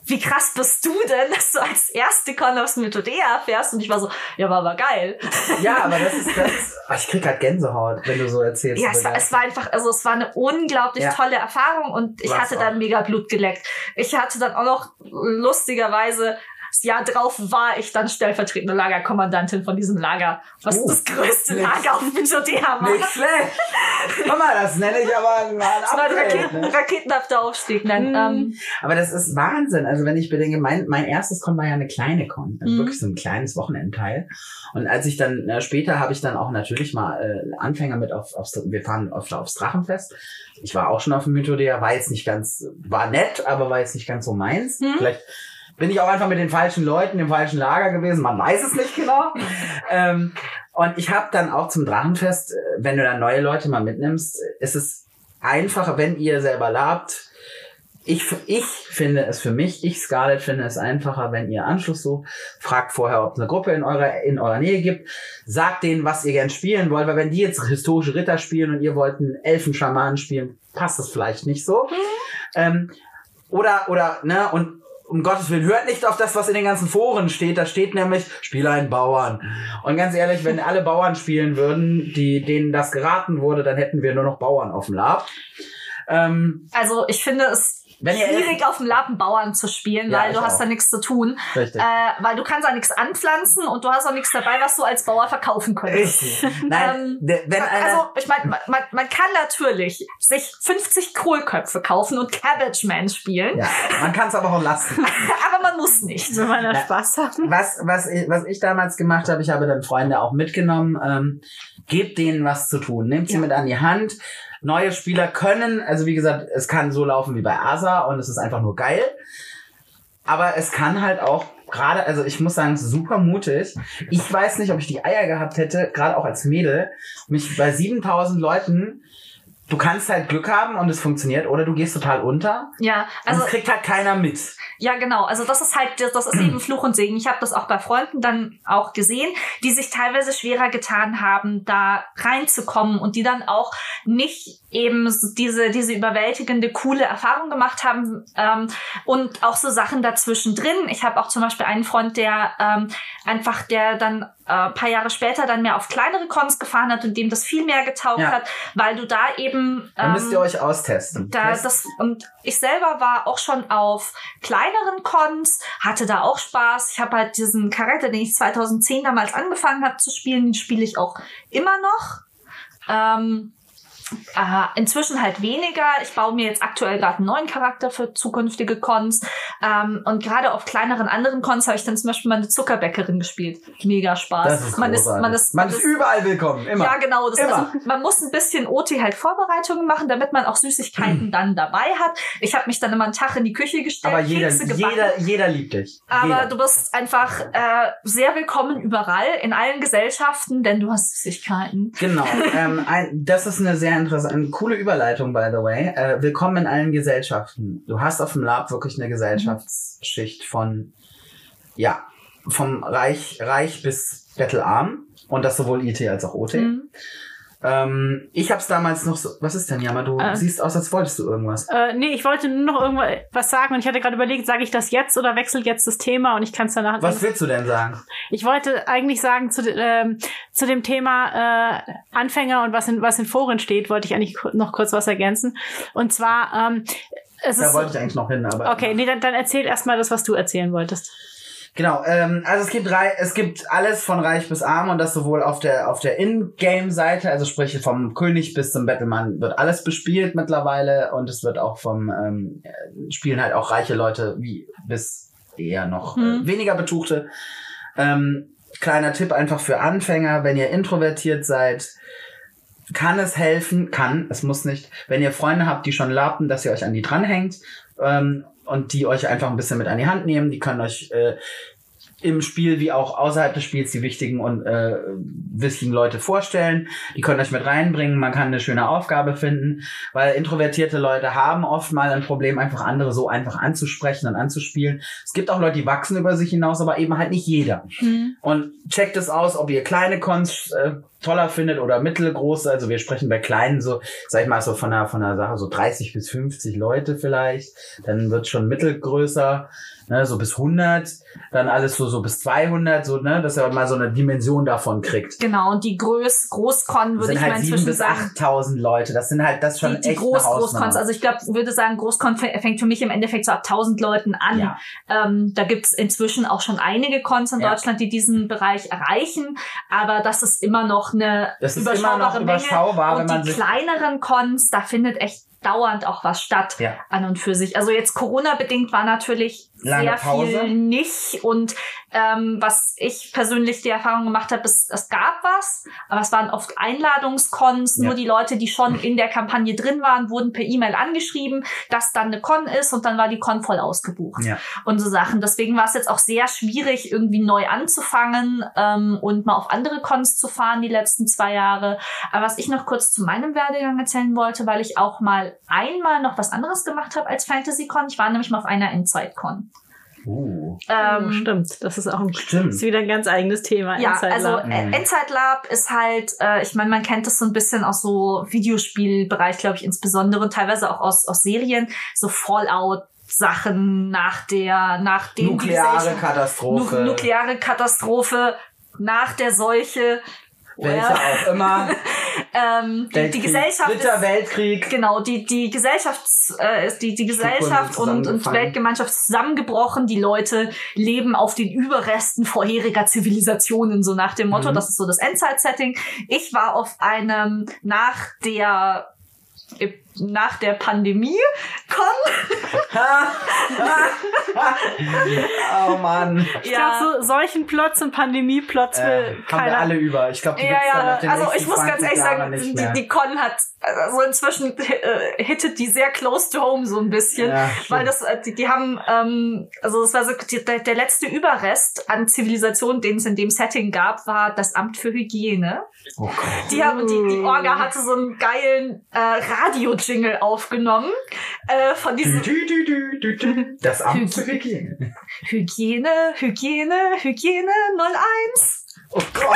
wie krass bist du denn, dass du als erste Con aufs Mythodea fährst? Und ich war so, ja, war aber geil. Ja, aber das ist das. Oh, ich krieg halt Gänsehaut, wenn du so erzählst. Ja, es war, es war einfach, also es war eine unglaublich ja. tolle Erfahrung und ich War's hatte dann mega Blut geleckt. Ich hatte dann auch noch lustigerweise das Jahr drauf war ich dann stellvertretende Lagerkommandantin von diesem Lager, was uh, das größte Lager auf Mythodea war. Nicht schlecht. Guck mal, das nenne ich aber ein Das war ein Raketen, ne? raketenhafter Aufstieg. Nein, mm. ähm, aber das ist Wahnsinn. Also wenn ich bedenke, mein, mein erstes Con war ja eine kleine Con. Also mm. wirklich so ein kleines Wochenendteil. Und als ich dann, äh, später habe ich dann auch natürlich mal äh, Anfänger mit auf, aufs, wir fahren öfter aufs Drachenfest. Ich war auch schon auf dem Mythodea, war jetzt nicht ganz, war nett, aber war jetzt nicht ganz so meins. Mm. Vielleicht bin ich auch einfach mit den falschen Leuten im falschen Lager gewesen. Man weiß es nicht genau. ähm, und ich habe dann auch zum Drachenfest, wenn du dann neue Leute mal mitnimmst, ist es einfacher, wenn ihr selber labt. Ich, ich finde es für mich, ich Scarlett finde es einfacher, wenn ihr Anschluss sucht. Fragt vorher, ob es eine Gruppe in eurer, in eurer Nähe gibt. Sagt denen, was ihr gern spielen wollt. Weil wenn die jetzt historische Ritter spielen und ihr wollt einen Elfenschamanen spielen, passt das vielleicht nicht so. Mhm. Ähm, oder, oder, ne, und um Gottes Willen, hört nicht auf das, was in den ganzen Foren steht. Da steht nämlich, spiele einen Bauern. Und ganz ehrlich, wenn alle Bauern spielen würden, die denen das geraten wurde, dann hätten wir nur noch Bauern auf dem Lab. Ähm, also ich finde es Wenn schwierig, auf dem Lab einen Bauern zu spielen, ja, weil du hast auch. da nichts zu tun. Richtig. Äh, weil du kannst da nichts anpflanzen und du hast auch nichts dabei, was du als Bauer verkaufen könntest. Richtig. Nein, ähm, wenn also ich meine, man, man kann natürlich sich fünfzig Kohlköpfe kaufen und Cabbage Man spielen. Ja, man kann es aber auch lassen. Aber man muss nicht. Wenn man da Spaß hat. Was, was, ich, was ich damals gemacht habe, ich habe dann Freunde auch mitgenommen, ähm, gebt denen was zu tun. Nehmt sie ja. mit an die Hand. Neue Spieler können, also wie gesagt, es kann so laufen wie bei Asa und es ist einfach nur geil. Aber es kann halt auch gerade, also ich muss sagen, super mutig. Ich weiß nicht, ob ich die Eier gehabt hätte, gerade auch als Mädel, mich bei siebentausend Leuten, du kannst halt Glück haben und es funktioniert oder du gehst total unter. Ja, also und es kriegt halt keiner mit. Ja, genau. Also das ist halt, das ist eben Fluch und Segen. Ich habe das auch bei Freunden dann auch gesehen, die sich teilweise schwerer getan haben, da reinzukommen und die dann auch nicht eben diese diese überwältigende, coole Erfahrung gemacht haben ähm, und auch so Sachen dazwischen drin. Ich habe auch zum Beispiel einen Freund, der ähm, einfach, der dann äh, paar Jahre später dann mehr auf kleinere Cons gefahren hat und dem das viel mehr getaugt ja. hat, weil du da eben Ähm, Dann müsst ihr euch austesten. Da, das, und ich selber war auch schon auf kleineren Cons, hatte da auch Spaß. Ich habe halt diesen Charakter, den ich zweitausendzehn damals angefangen habe zu spielen, den spiele ich auch immer noch. Ähm, äh, inzwischen halt weniger. Ich baue mir jetzt aktuell gerade einen neuen Charakter für zukünftige Cons. Ähm, und gerade auf kleineren anderen Cons habe ich dann zum Beispiel mal eine Zuckerbäckerin gespielt. Mega Spaß. Das ist man, ist, man, ist, man, man ist überall willkommen. Immer. Ja, genau. Das immer. Also, man muss ein bisschen O T halt Vorbereitungen machen, damit man auch Süßigkeiten mhm. dann dabei hat. Ich habe mich dann immer einen Tag in die Küche gestellt. Aber jeder, jeder, jeder liebt dich. Aber jeder. du bist einfach äh, sehr willkommen überall, in allen Gesellschaften, denn du hast Süßigkeiten. Genau. ähm, ein, das ist eine sehr interessante, eine coole Überleitung, by the way. Äh, willkommen in allen Gesellschaften. Du hast auf dem Lab wirklich eine Gesellschaftsschicht von, ja, vom Reich, Reich bis Bettelarm. Und das sowohl I T als auch O T. Mhm. Ähm, ich hab's damals noch so, was ist denn, Jammer? Du äh, siehst aus, als wolltest du irgendwas. Äh, nee, ich wollte nur noch irgendwas sagen und ich hatte gerade überlegt, sage ich das jetzt oder wechselt jetzt das Thema und ich kann es danach... Was willst du denn sagen? Ich wollte eigentlich sagen, zu, ähm, zu dem Thema äh, Anfänger und was in, was in Foren steht, wollte ich eigentlich noch kurz was ergänzen. Und zwar... Ähm, es da ist wollte ich eigentlich noch hin, aber... Okay, nee, dann, dann erzähl erstmal das, was du erzählen wolltest. Genau, ähm, also es gibt rei- es gibt alles von reich bis arm und das sowohl auf der auf der In-Game-Seite, also sprich vom König bis zum Battleman wird alles bespielt mittlerweile und es wird auch vom ähm, spielen halt auch reiche Leute wie bis eher noch hm. äh, weniger Betuchte. Ähm, kleiner Tipp einfach für Anfänger, wenn ihr introvertiert seid, kann es helfen, kann, es muss nicht, wenn ihr Freunde habt, die schon laben, dass ihr euch an die dranhängt, ähm, und die euch einfach ein bisschen mit an die Hand nehmen. Die können euch äh, im Spiel wie auch außerhalb des Spiels die wichtigen und äh, wichtigen Leute vorstellen. Die können euch mit reinbringen. Man kann eine schöne Aufgabe finden, weil introvertierte Leute haben oft mal ein Problem, einfach andere so einfach anzusprechen und anzuspielen. Es gibt auch Leute, die wachsen über sich hinaus, aber eben halt nicht jeder. Mhm. Und checkt es aus, ob ihr kleine Cons äh, toller findet oder mittelgroße, also wir sprechen bei kleinen so, sag ich mal, so von einer, von einer Sache so dreißig bis fünfzig Leute vielleicht, dann wird schon mittelgrößer, ne, so bis hundert, dann alles so, so bis zweihundert, so, ne, dass er mal so eine Dimension davon kriegt. Genau, und die Groß, Großcon würde ich halt mal inzwischen bis sagen. achttausend Leute, das sind halt, das schon die, die echt Groß, eine Großcons, also ich glaube, würde sagen, Großcon fängt für mich im Endeffekt so ab tausend Leuten an. Ja. Ähm, da gibt's inzwischen auch schon einige Cons in Ja. Deutschland, die diesen Bereich erreichen, aber das ist immer noch eine Das ist überschaubare immer noch Menge. überschaubar, Und wenn man die sich kleineren Cons, da findet echt dauernd auch was statt, Ja. an und für sich. Also jetzt Corona-bedingt war natürlich Lange sehr Pause. viel nicht und ähm, was ich persönlich die Erfahrung gemacht habe, ist, es gab was, aber es waren oft Einladungscons, Ja. nur die Leute, die schon in der Kampagne drin waren, wurden per E-Mail angeschrieben, dass dann eine Con ist und dann war die Con voll ausgebucht Ja. und so Sachen. Deswegen war es jetzt auch sehr schwierig, irgendwie neu anzufangen ähm, und mal auf andere Cons zu fahren die letzten zwei Jahre. Aber was ich noch kurz zu meinem Werdegang erzählen wollte, weil ich auch mal einmal noch was anderes gemacht habe als FantasyCon. Ich war nämlich mal auf einer EndzeitCon. Uh. Ähm, Oh, stimmt, das ist auch ein, Stimmt. ist wieder ein ganz eigenes Thema. Ja, Endzeit also Lab. äh, Endzeitlab ist halt, äh, ich meine, man kennt das so ein bisschen aus so Videospielbereich, glaube ich, insbesondere und teilweise auch aus, aus Serien, so Fallout-Sachen nach der, nach dem Nukleare Gesellschaft- Katastrophe. Nu nukleare Katastrophe, nach der Seuche. Welche auch immer. ähm, die, die Weltkrieg, Gesellschaft Dritter ist, Weltkrieg. Genau, die, die Gesellschaft, äh, ist die, die Gesellschaft und, und zusammengefallen. Weltgemeinschaft ist zusammengebrochen. Die Leute leben auf den Überresten vorheriger Zivilisationen, so nach dem Motto. Mhm. Das ist so das Endzeit-Setting. Ich war auf einem nach der nach der Pandemie Con. Oh Mann. Ich glaube, so, solchen Plots und Pandemie-Plots Äh, will haben wir keiner. alle über. Ich glaube, die Ja, gibt's dann ja, auf den also nächsten ich muss ganz zwanzig ehrlich Jahre sagen, nicht die, mehr. die Con hat, also inzwischen äh, hittet die sehr close to home so ein bisschen, Ja, weil das, äh, die, die haben, ähm, also das war so, die, der, der letzte Überrest an Zivilisation, den es in dem Setting gab, war das Amt für Hygiene. Oh Gott. Die haben, die, die Orga hatte so einen geilen äh, Radio-Jingle aufgenommen äh, von diesem Dü, dü, dü, dü, dü. Das Amt für Hygiene. Hygiene, Hygiene, Hygiene null eins. Oh Gott.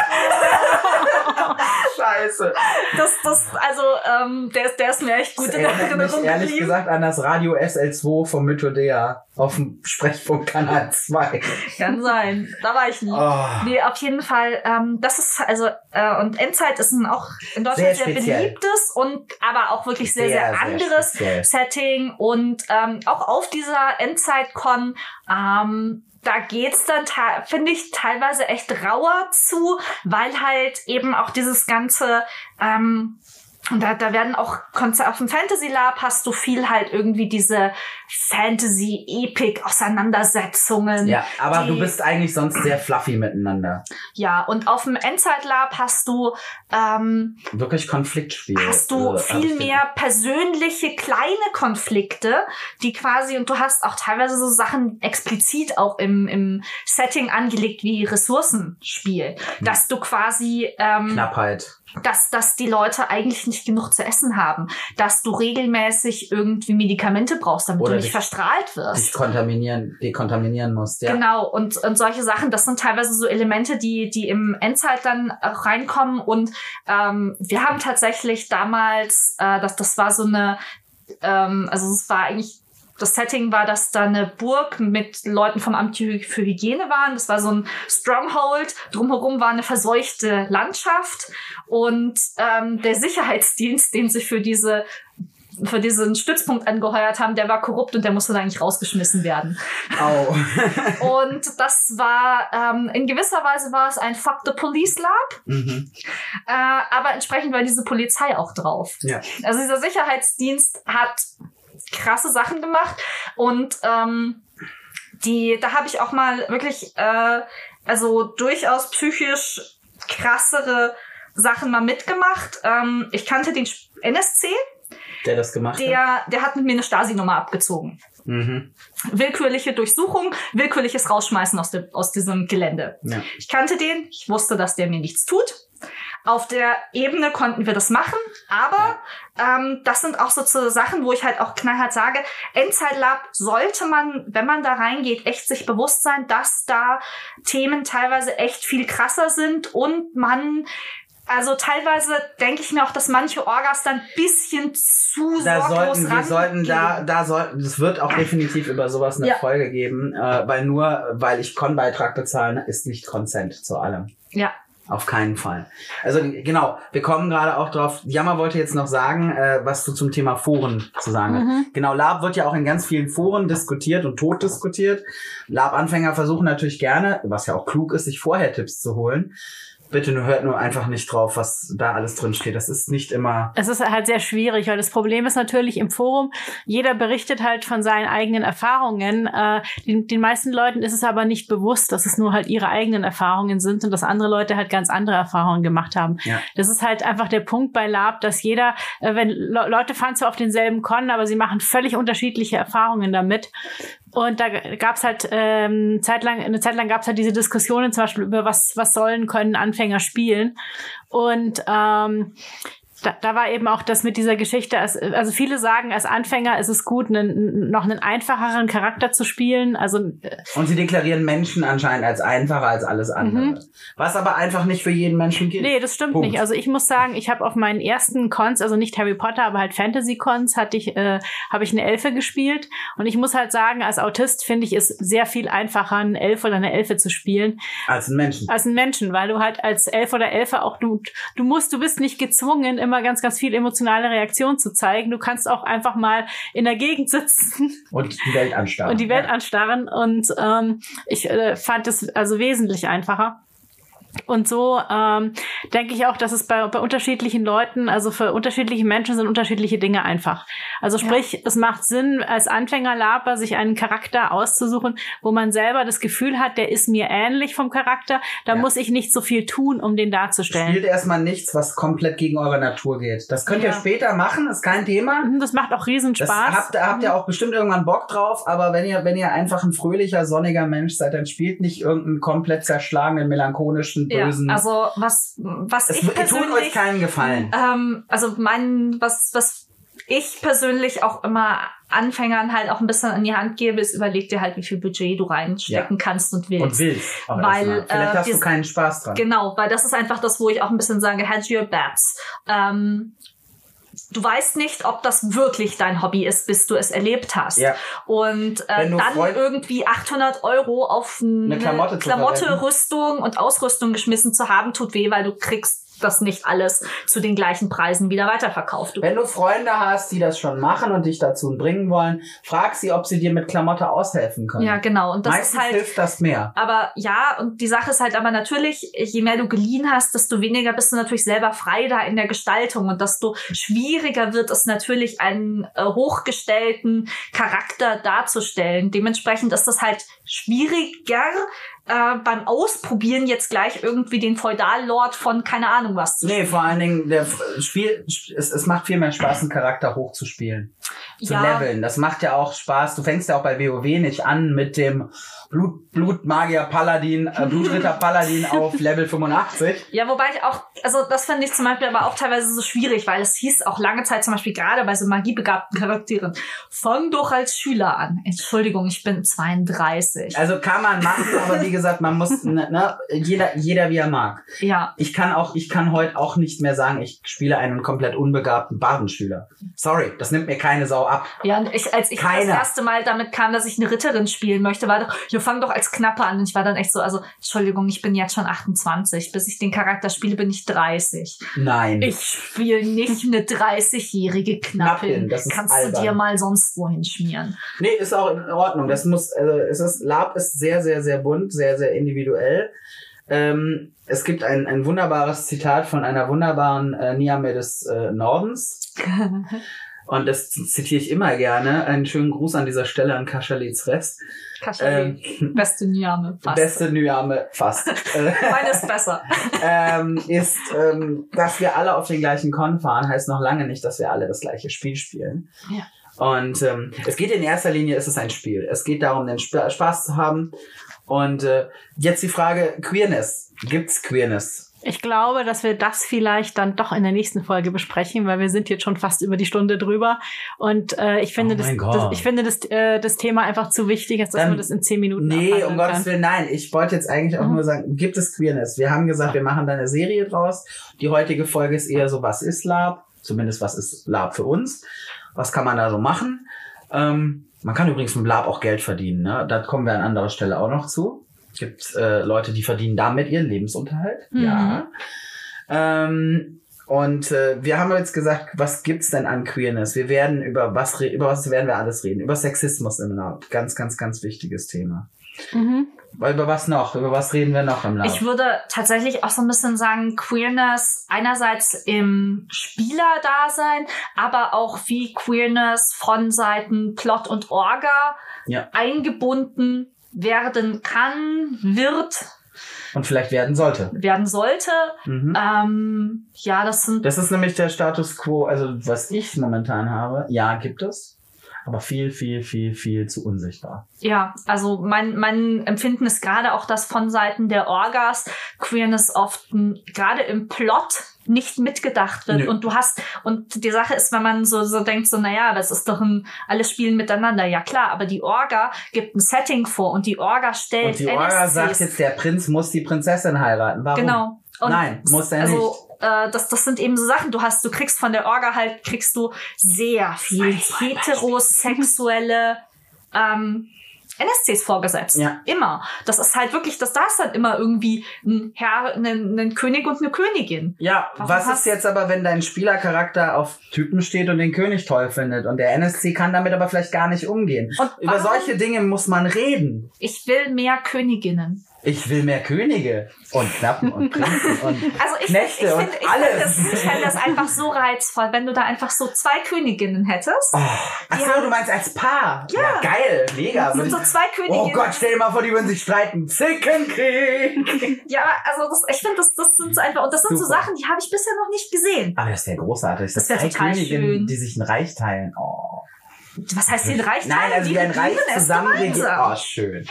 Scheiße. Das, das, also, ähm, der, ist- der ist mir echt gut Das in der erinnert mich Erinnerung ehrlich geblieben. gesagt an das Radio S L zwei vom Mythodea auf dem Sprechfunkkanal zwei. Kann sein. Da war ich nie. Oh. Nee, auf jeden Fall, ähm, das ist, also, äh, und Endzeit ist ein auch in Deutschland Sehr sehr, speziell. beliebtes und aber auch wirklich sehr, sehr, Sehr, sehr anderes speziell. Setting und ähm, auch auf dieser Endzeit-Con, ähm, da geht's dann, finde ich, teilweise echt rauer zu, weil halt eben auch dieses ganze, ähm, und da, da werden auch Konzer auf dem Fantasy Lab hast du viel halt irgendwie diese Fantasy-Epic-Auseinandersetzungen. Ja, aber die, du bist eigentlich sonst sehr fluffy miteinander. Ja, und auf dem Endzeit Lab hast du, ähm, Wirklich Konfliktspiel. hast du äh, viel hab ich mehr persönliche kleine Konflikte, die quasi, und du hast auch teilweise so Sachen explizit auch im, im Setting angelegt wie Ressourcenspiel, dass du quasi, ähm, Knappheit. dass, dass die Leute eigentlich nicht genug zu essen haben, dass du regelmäßig irgendwie Medikamente brauchst, damit Oder du nicht dich- verstrahlt Dich wirst. kontaminieren, dekontaminieren musst, ja. Genau, und, und solche Sachen, das sind teilweise so Elemente, die, die im Endzeit dann auch reinkommen. Und ähm, wir haben tatsächlich damals, äh, das, das war so eine, ähm, also es war eigentlich, das Setting war, dass da eine Burg mit Leuten vom Amt für Hygiene waren. Das war so ein Stronghold. Drumherum war eine verseuchte Landschaft. Und ähm, der Sicherheitsdienst, den sie für diese für diesen Stützpunkt angeheuert haben, der war korrupt und der musste dann eigentlich rausgeschmissen werden. Au. Und das war, ähm, in gewisser Weise war es ein Fuck the Police Lab, Mhm. äh, aber entsprechend war diese Polizei auch drauf. Ja. Also dieser Sicherheitsdienst hat krasse Sachen gemacht und ähm, die, da habe ich auch mal wirklich, äh, also durchaus psychisch krassere Sachen mal mitgemacht. Ähm, ich kannte den N S C, Der das gemacht hat. der, der hat mit mir eine Stasi-Nummer abgezogen. Mhm. Willkürliche Durchsuchung, willkürliches Rausschmeißen aus, dem, aus diesem Gelände. Ja. Ich kannte den, ich wusste, dass der mir nichts tut. Auf der Ebene konnten wir das machen, aber ähm, das sind auch so, so Sachen, wo ich halt auch knallhart sage, Endzeitlab sollte man, wenn man da reingeht, echt sich bewusst sein, dass da Themen teilweise echt viel krasser sind und man Also teilweise denke ich mir auch, dass manche Orgas dann ein bisschen zu da sorglos sollten, wir sollten da, da sollten, es wird auch definitiv über sowas eine ja. Folge geben, äh, weil nur, weil ich Con-Beitrag bezahle, ist nicht Consent zu allem. Ja. Auf keinen Fall. Also genau, wir kommen gerade auch drauf. Jammer wollte jetzt noch sagen, äh, was du zum Thema Foren zu sagen hast. Mhm. Genau, Lab wird ja auch in ganz vielen Foren diskutiert und tot diskutiert. Lab-Anfänger versuchen natürlich gerne, was ja auch klug ist, sich vorher Tipps zu holen. Bitte nur hört nur einfach nicht drauf, was da alles drin steht. Das ist nicht immer... Es ist halt sehr schwierig, weil das Problem ist natürlich im Forum, jeder berichtet halt von seinen eigenen Erfahrungen. Äh, den, den meisten Leuten ist es aber nicht bewusst, dass es nur halt ihre eigenen Erfahrungen sind und dass andere Leute halt ganz andere Erfahrungen gemacht haben. Ja. Das ist halt einfach der Punkt bei Lab, dass jeder, äh, wenn Le- Leute fahren zwar auf denselben Con, aber sie machen völlig unterschiedliche Erfahrungen damit. Und da gab's halt ähm, zeitlang, eine Zeit lang gab's halt diese Diskussionen zum Beispiel über was was sollen können Anfänger spielen. Und ähm, da, da war eben auch das mit dieser Geschichte, als, also viele sagen, als Anfänger ist es gut, einen, noch einen einfacheren Charakter zu spielen. Also und sie deklarieren Menschen anscheinend als einfacher als alles andere. Mhm. Was aber einfach nicht für jeden Menschen gilt. Nee, das stimmt Punkt. nicht. Also ich muss sagen, ich habe auf meinen ersten Cons, also nicht Harry Potter, aber halt Fantasy-Cons, hatte ich, äh, habe ich eine Elfe gespielt. Und ich muss halt sagen, als Autist finde ich es sehr viel einfacher, einen Elf oder eine Elfe zu spielen. Als einen Menschen. Als einen Menschen, weil du halt als Elf oder Elfe auch, du, du musst, du bist nicht gezwungen, immer ganz, ganz viel emotionale Reaktion zu zeigen. Du kannst auch einfach mal in der Gegend sitzen. Und die Welt anstarren. Und die Welt ja. anstarren. Und ähm, ich äh, fand es also wesentlich einfacher. Und so ähm, denke ich auch, dass es bei, bei unterschiedlichen Leuten, also für unterschiedliche Menschen sind unterschiedliche Dinge einfach. Also sprich, ja. es macht Sinn, als Anfänger-Laber sich einen Charakter auszusuchen, wo man selber das Gefühl hat, der ist mir ähnlich vom Charakter. Da ja. muss ich nicht so viel tun, um den darzustellen. Spielt erstmal nichts, was komplett gegen eure Natur geht. Das könnt ja. ihr später machen, ist kein Thema. Das macht auch riesen Spaß. Das habt, habt ihr auch bestimmt irgendwann Bock drauf, aber wenn ihr, wenn ihr einfach ein fröhlicher, sonniger Mensch seid, dann spielt nicht irgendeinen komplett zerschlagenen, melancholischen Bösen. Ja, also was was es, ich persönlich... tut euch keinen Gefallen. Ähm, also mein, was was ich persönlich auch immer Anfängern halt auch ein bisschen an die Hand gebe, ist, überleg dir halt, wie viel Budget du reinstecken ja. kannst und willst. Und willst. Auch weil, Vielleicht äh, hast du keinen Spaß dran. Genau, weil das ist einfach das, wo ich auch ein bisschen sage, hedge your bets. Ähm, Du weißt nicht, ob das wirklich dein Hobby ist, bis du es erlebt hast. Ja. Und äh, dann Freund irgendwie achthundert Euro auf eine, eine Klamotte, Klamotte Rüstung und Ausrüstung geschmissen zu haben, tut weh, weil du kriegst das nicht alles zu den gleichen Preisen wieder weiterverkauft. Wenn du Freunde hast, die das schon machen und dich dazu bringen wollen, frag sie, ob sie dir mit Klamotte aushelfen können. Ja, genau. Und das Meistens ist halt, hilft das mehr. Aber ja, und die Sache ist halt aber natürlich, je mehr du geliehen hast, desto weniger bist du natürlich selber frei da in der Gestaltung und desto schwieriger wird es natürlich, einen äh, hochgestellten Charakter darzustellen. Dementsprechend ist das halt schwieriger, Äh, beim Ausprobieren jetzt gleich irgendwie den Feudallord von keine Ahnung was zu spielen. Nee, vor allen Dingen, der Spiel, es, es macht viel mehr Spaß, einen Charakter hochzuspielen. Zu ja. leveln. Das macht ja auch Spaß. Du fängst ja auch bei WoW nicht an mit dem Blut, Blutmagier Paladin, äh, Blutritter Paladin auf Level fünfundachtzig. Ja, wobei ich auch, also das finde ich zum Beispiel aber auch teilweise so schwierig, weil es hieß auch lange Zeit zum Beispiel gerade bei so magiebegabten Charakteren, fang doch als Schüler an. Entschuldigung, ich bin zweiunddreißig. Also kann man machen, aber wie gesagt, man muss, ne, ne, jeder, jeder wie er mag. Ja. Ich kann auch, ich kann heute auch nicht mehr sagen, ich spiele einen komplett unbegabten Bardenschüler. Sorry, das nimmt mir keine Sau ab. Ja, und ich, als ich Keiner. das erste Mal damit kam, dass ich eine Ritterin spielen möchte, war doch, ich fang doch als Knappe an. Und ich war dann echt so, also, Entschuldigung, ich bin jetzt schon achtundzwanzig. Bis ich den Charakter spiele, bin ich dreißig. Nein. Ich spiele nicht eine dreißigjährige Knappin. Das ist Kannst albern. du dir mal sonst wohin schmieren. Nee, ist auch in Ordnung. Das muss, also, es ist, Lab ist sehr, sehr, sehr bunt, sehr, sehr individuell. Ähm, es gibt ein, ein wunderbares Zitat von einer wunderbaren äh, Niame des äh, Nordens. Und das zitiere ich immer gerne. Einen schönen Gruß an dieser Stelle an Kashalits Rest. Kaschalit, ähm, beste Niame fast. Beste Niame fast. Meine ist besser. ähm, ist, ähm, dass wir alle auf den gleichen Con fahren, heißt noch lange nicht, dass wir alle das gleiche Spiel spielen. Ja. Und ähm, es geht in erster Linie, es ist ein Spiel. Es geht darum, den Sp- Spaß zu haben. Und äh, jetzt die Frage, Queerness. Gibt's Queerness Ich glaube, dass wir das vielleicht dann doch in der nächsten Folge besprechen, weil wir sind jetzt schon fast über die Stunde drüber. Und äh, ich finde, oh das, das, ich finde das, äh, das Thema einfach zu wichtig, als dass ähm, man das in zehn Minuten Nee, um kann. Gottes Willen, nein. Ich wollte jetzt eigentlich auch mhm. nur sagen, gibt es Queerness? Wir haben gesagt, wir machen da eine Serie draus. Die heutige Folge ist eher so, was ist Lab? Zumindest, was ist Lab für uns? Was kann man da so machen? Ähm, man kann übrigens mit Lab auch Geld verdienen. Ne? Da kommen wir an anderer Stelle auch noch zu. Es gibt äh, Leute, die verdienen damit ihren Lebensunterhalt. Mhm. Ja. Ähm, und äh, wir haben jetzt gesagt, was gibt's denn an Queerness? Wir werden über was re- über was werden wir alles reden? Über Sexismus im Lab. Ganz, ganz, ganz wichtiges Thema. Mhm. Weil über was noch? Über was reden wir noch im Lab? Ich würde tatsächlich auch so ein bisschen sagen, Queerness einerseits im Spielerdasein, aber auch wie Queerness von Seiten Plot und Orga ja. eingebunden werden kann, wird. Und vielleicht werden sollte. Werden sollte. Mhm. Ähm, ja, das sind... Das ist nämlich der Status quo, also was ich momentan habe. Ja, gibt es. Aber viel, viel, viel, viel zu unsichtbar. Ja, also mein, mein Empfinden ist gerade auch das von Seiten der Orgas, Queerness oft gerade im Plot nicht mitgedacht wird. Nö. Und du hast, und die Sache ist, wenn man so, so denkt, so, naja, das ist doch ein, alle spielen miteinander. Ja klar, aber die Orga gibt ein Setting vor und die Orga stellt Und die Orga N S Cs. Sagt jetzt, der Prinz muss die Prinzessin heiraten. Warum? Genau. Und Nein, muss er also, nicht. Äh, das, das sind eben so Sachen, du hast, du kriegst von der Orga halt, kriegst du sehr viel heterosexuelle, ähm, N S Cs vorgesetzt. Ja. Immer. Das ist halt wirklich, das da ist dann immer irgendwie ein Herr, ein, ein König und eine Königin. Ja, Warum was ist jetzt aber, wenn dein Spielercharakter auf Typen steht und den König toll findet und der N S C kann damit aber vielleicht gar nicht umgehen? Und über solche Dinge muss man reden. Ich will mehr Königinnen. Ich will mehr Könige und Knappen und Prinzen und also ich, Knechte ich und find, ich alles. Find das, ich fände das einfach so reizvoll, wenn du da einfach so zwei Königinnen hättest. Oh, ach so, du meinst als Paar? Ja, ja geil, mega. Das sind so zwei Königinnen. Oh Gott, stell dir mal vor, die würden sich streiten. Zickenkrieg. Ja, also das, ich finde, das, das sind so einfach, und das sind Super. so Sachen, die habe ich bisher noch nicht gesehen. Aber das wäre großartig. Das wäre total Königinnen, schön. Die sich ein Reich teilen. Oh. Was heißt hier ein Reich teilen? Nein, also wie ein Reich zusammen regieren. Oh, schön.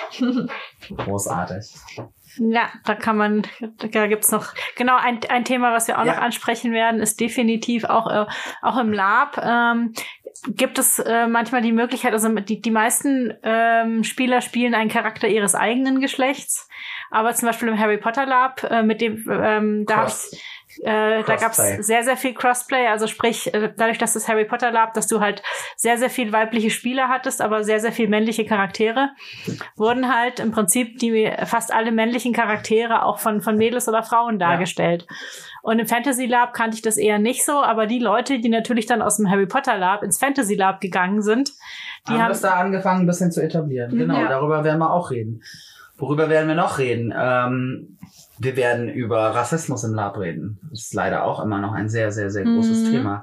Großartig. Ja, da kann man, da gibt's noch, genau, ein, ein Thema, was wir auch ja. noch ansprechen werden, ist definitiv auch, äh, auch im Lab, ähm, gibt es äh, manchmal die Möglichkeit, also die, die meisten ähm, Spieler spielen einen Charakter ihres eigenen Geschlechts, aber zum Beispiel im Harry Potter Lab, äh, mit dem, ähm, da habe ich, Äh, da gab's sehr, sehr viel Crossplay, also sprich, äh, dadurch, dass das Harry Potter Lab, dass du halt sehr, sehr viel weibliche Spieler hattest, aber sehr, sehr viel männliche Charaktere, wurden halt im Prinzip die fast alle männlichen Charaktere auch von, von Mädels oder Frauen dargestellt. Ja. Und im Fantasy Lab kannte ich das eher nicht so, aber die Leute, die natürlich dann aus dem Harry Potter Lab ins Fantasy Lab gegangen sind, die haben, haben das da angefangen, ein bisschen zu etablieren. Genau, ja. Darüber werden wir auch reden. Worüber werden wir noch reden? Ähm, wir werden über Rassismus im Lab reden. Das ist leider auch immer noch ein sehr, sehr, sehr großes mhm. Thema.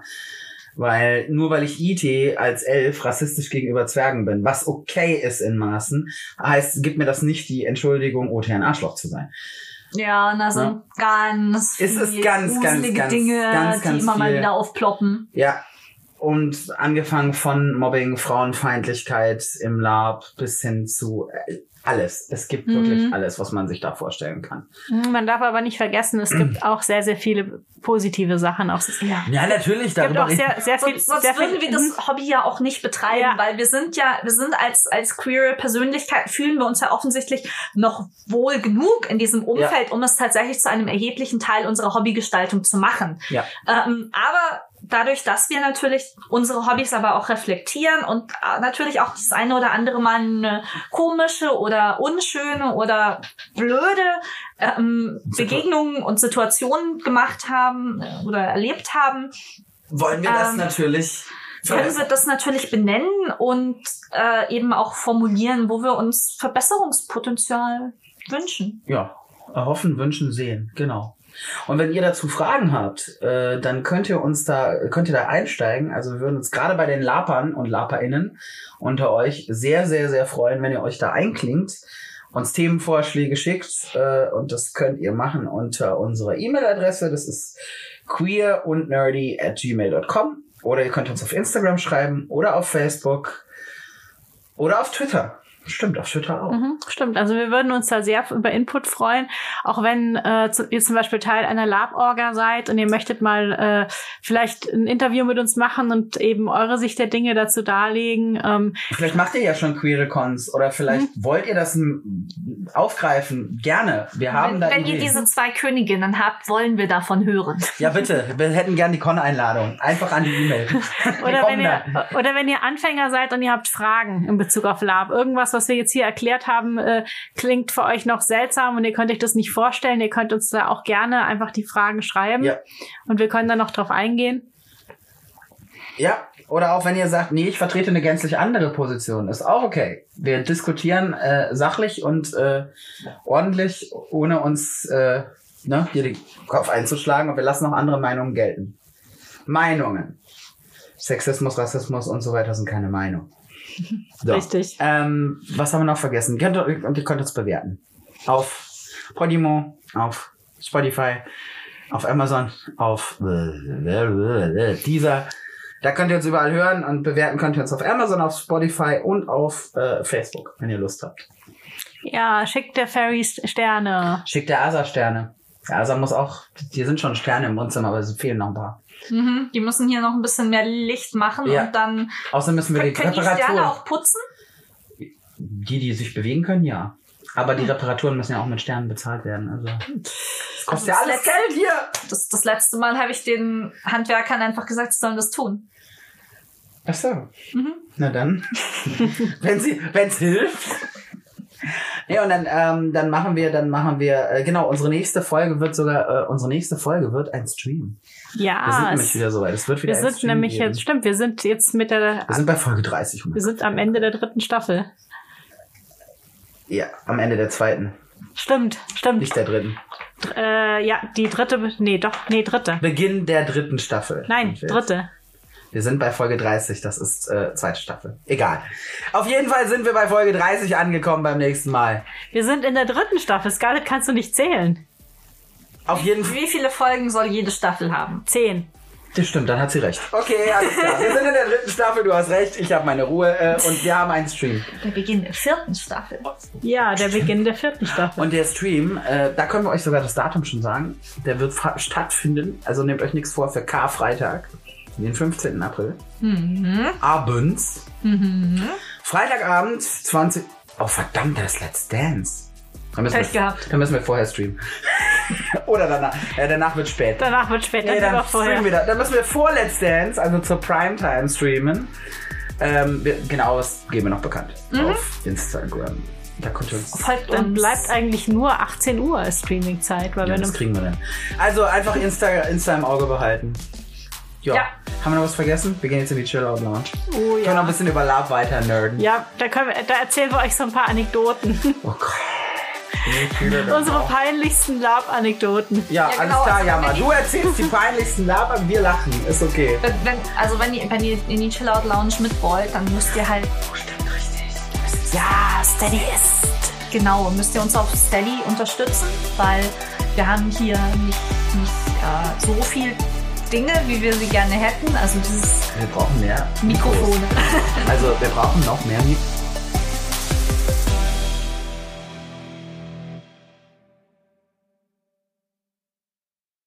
Weil nur weil ich I T als Elf rassistisch gegenüber Zwergen bin, was okay ist in Maßen, heißt, gibt mir das nicht die Entschuldigung, O T ein Arschloch zu sein. Ja, und da sind ja. ganz es ist ganz, gruselige ganz, Dinge, ganz, ganz die immer viel. mal wieder aufploppen. Ja. Und angefangen von Mobbing, Frauenfeindlichkeit im Lab bis hin zu äh, alles. Es gibt mhm. wirklich alles, was man sich da vorstellen kann. Man darf aber nicht vergessen, es gibt auch sehr, sehr viele positive Sachen. Auch, ja. ja, natürlich. Es gibt auch sehr, sehr viel. Sonst, sonst sehr würden viel, wir das Hobby ja auch nicht betreiben, ja. weil wir sind ja, wir sind als, als queere Persönlichkeit, fühlen wir uns ja offensichtlich noch wohl genug in diesem Umfeld, ja. um es tatsächlich zu einem erheblichen Teil unserer Hobbygestaltung zu machen. Ja. Ähm, aber dadurch, dass wir natürlich unsere Hobbys aber auch reflektieren und natürlich auch das eine oder andere Mal eine komische oder unschöne oder blöde ähm, Begegnungen und Situationen gemacht haben oder erlebt haben, wollen wir das ähm, natürlich können wir das natürlich benennen und äh, eben auch formulieren, wo wir uns Verbesserungspotenzial wünschen. Ja, erhoffen, wünschen, sehen, genau. Und wenn ihr dazu Fragen habt, äh, dann könnt ihr uns da, könnt ihr da einsteigen. Also wir würden uns gerade bei den Lapern und LaperInnen unter euch sehr, sehr, sehr freuen, wenn ihr euch da einklingt, uns Themenvorschläge schickt, äh, und das könnt ihr machen unter unserer E-Mail-Adresse. Das ist queer und nerdy at gmail dot com. Oder ihr könnt uns auf Instagram schreiben oder auf Facebook oder auf Twitter. Stimmt, auf Twitter auch. Mhm, stimmt, also wir würden uns da sehr über Input freuen, auch wenn äh, zu, ihr zum Beispiel Teil einer Lab-Orga seid und ihr möchtet mal äh, vielleicht ein Interview mit uns machen und eben eure Sicht der Dinge dazu darlegen. Ähm, vielleicht macht ihr ja schon queere Cons oder vielleicht mhm. wollt ihr das m- aufgreifen. Gerne, wir haben wenn, da Wenn Ideen. ihr diese zwei Königinnen habt, wollen wir davon hören. Ja bitte, wir hätten gern die Con-Einladung. Einfach an die E-Mail. oder, wenn ihr, oder wenn ihr Anfänger seid und ihr habt Fragen in Bezug auf Lab, irgendwas, was wir jetzt hier erklärt haben, äh, klingt für euch noch seltsam und ihr könnt euch das nicht vorstellen. Ihr könnt uns da auch gerne einfach die Fragen schreiben ja. und wir können dann noch drauf eingehen. Ja, oder auch wenn ihr sagt, nee, ich vertrete eine gänzlich andere Position, ist auch okay. Wir diskutieren äh, sachlich und äh, ordentlich, ohne uns äh, ne, hier den Kopf einzuschlagen, und wir lassen auch andere Meinungen gelten. Meinungen. Sexismus, Rassismus und so weiter sind keine Meinung. So. Richtig. Ähm, was haben wir noch vergessen? Könnt ihr, und ihr könnt uns bewerten. Auf Podimo, auf Spotify, auf Amazon, auf Deezer. Da könnt ihr uns überall hören, und bewerten könnt ihr uns auf Amazon, auf Spotify und auf äh, Facebook, wenn ihr Lust habt. Ja, schickt der Fairy Sterne. Schickt der Asa Sterne. Der Asa muss auch, hier sind schon Sterne im Wohnzimmer, aber es fehlen noch ein paar. Mhm, die müssen hier noch ein bisschen mehr Licht machen Ja. und dann Außerdem müssen wir die können die Sterne Reparatur. auch putzen. Die, die sich bewegen können, ja. Aber die Reparaturen müssen ja auch mit Sternen bezahlt werden. Also das kostet ja das alles letzte- Geld hier. Das, das letzte Mal habe ich den Handwerkern einfach gesagt, sie sollen das tun. Ach so. Mhm. Na dann. wenn sie, wenn's hilft. Ja, und dann, ähm, dann machen wir, dann machen wir, äh, genau, unsere nächste Folge wird sogar, äh, unsere nächste Folge wird ein Stream. Ja, Wir sind nämlich es, wieder soweit. Es wird wieder wir ein sind Stream nämlich geben. jetzt, stimmt, wir sind jetzt mit der, Wir sind bei Folge dreißig. wir sind am Ende der dritten Staffel. Ja, am Ende der zweiten. Stimmt, stimmt. Nicht der dritten. Äh, ja, die dritte, nee, doch, nee, dritte. Beginn der dritten Staffel. Nein, sind wir dritte. jetzt. Wir sind bei Folge dreißig, das ist äh, zweite Staffel. Egal. Auf jeden Fall sind wir bei Folge dreißig angekommen beim nächsten Mal. Wir sind in der dritten Staffel. Scarlett, kannst du nicht zählen. Auf jeden Fall. Wie viele Folgen soll jede Staffel haben? Zehn. Das stimmt, dann hat sie recht. Okay, alles klar. Wir sind in der dritten Staffel, du hast recht, ich habe meine Ruhe äh, und wir haben einen Stream. Der Beginn der vierten Staffel. Ja, der Beginn der vierten Staffel. Und der Stream, äh, da können wir euch sogar das Datum schon sagen, der wird fra- stattfinden, also nehmt euch nichts vor, für Karfreitag, den fünfzehnten April. Mhm. Abends. Mhm. Freitagabend, zwanzig... Oh verdammt, das ist Let's Dance. Da müssen, Pech wir, gehabt. da müssen wir vorher streamen. Oder danach. Ja, danach wird spät. Danach wird später, Nee, lieber dann, vorher. streamen wir da. Dann müssen wir vor Let's Dance, also zur Primetime streamen. Ähm, wir, genau, das geben wir noch bekannt. Mhm. Auf Instagram. Da könnt ihr uns... Folgt Dann uns. bleibt eigentlich nur achtzehn Uhr als Streaming-Zeit, weil Ja, wir das einem kriegen wir dann. Also einfach Insta, Insta im Auge behalten. Jo. Ja. Haben wir noch was vergessen? Wir gehen jetzt in die Chill Out Lounge. Oh Wir können noch ja. ein bisschen über Lab weiter nerden. Ja, da, können wir, da erzählen wir euch so ein paar Anekdoten. Oh Gott. Unsere peinlichsten Lab-Anekdoten. Ja, Ja, alles genau, klar, also Jammer. wenn Du erzählst die peinlichsten Lab, aber wir lachen. Ist okay. Wenn, wenn, also wenn ihr, wenn ihr in die Chill Out Lounge mit wollt, dann müsst ihr halt Ja, Steady ist. genau, müsst ihr uns auf Steady unterstützen, weil wir haben hier nicht, nicht äh, so viel Dinge, wie wir sie gerne hätten. Also dieses Wir brauchen mehr Mikrofone. Also wir brauchen noch mehr Mikrofone.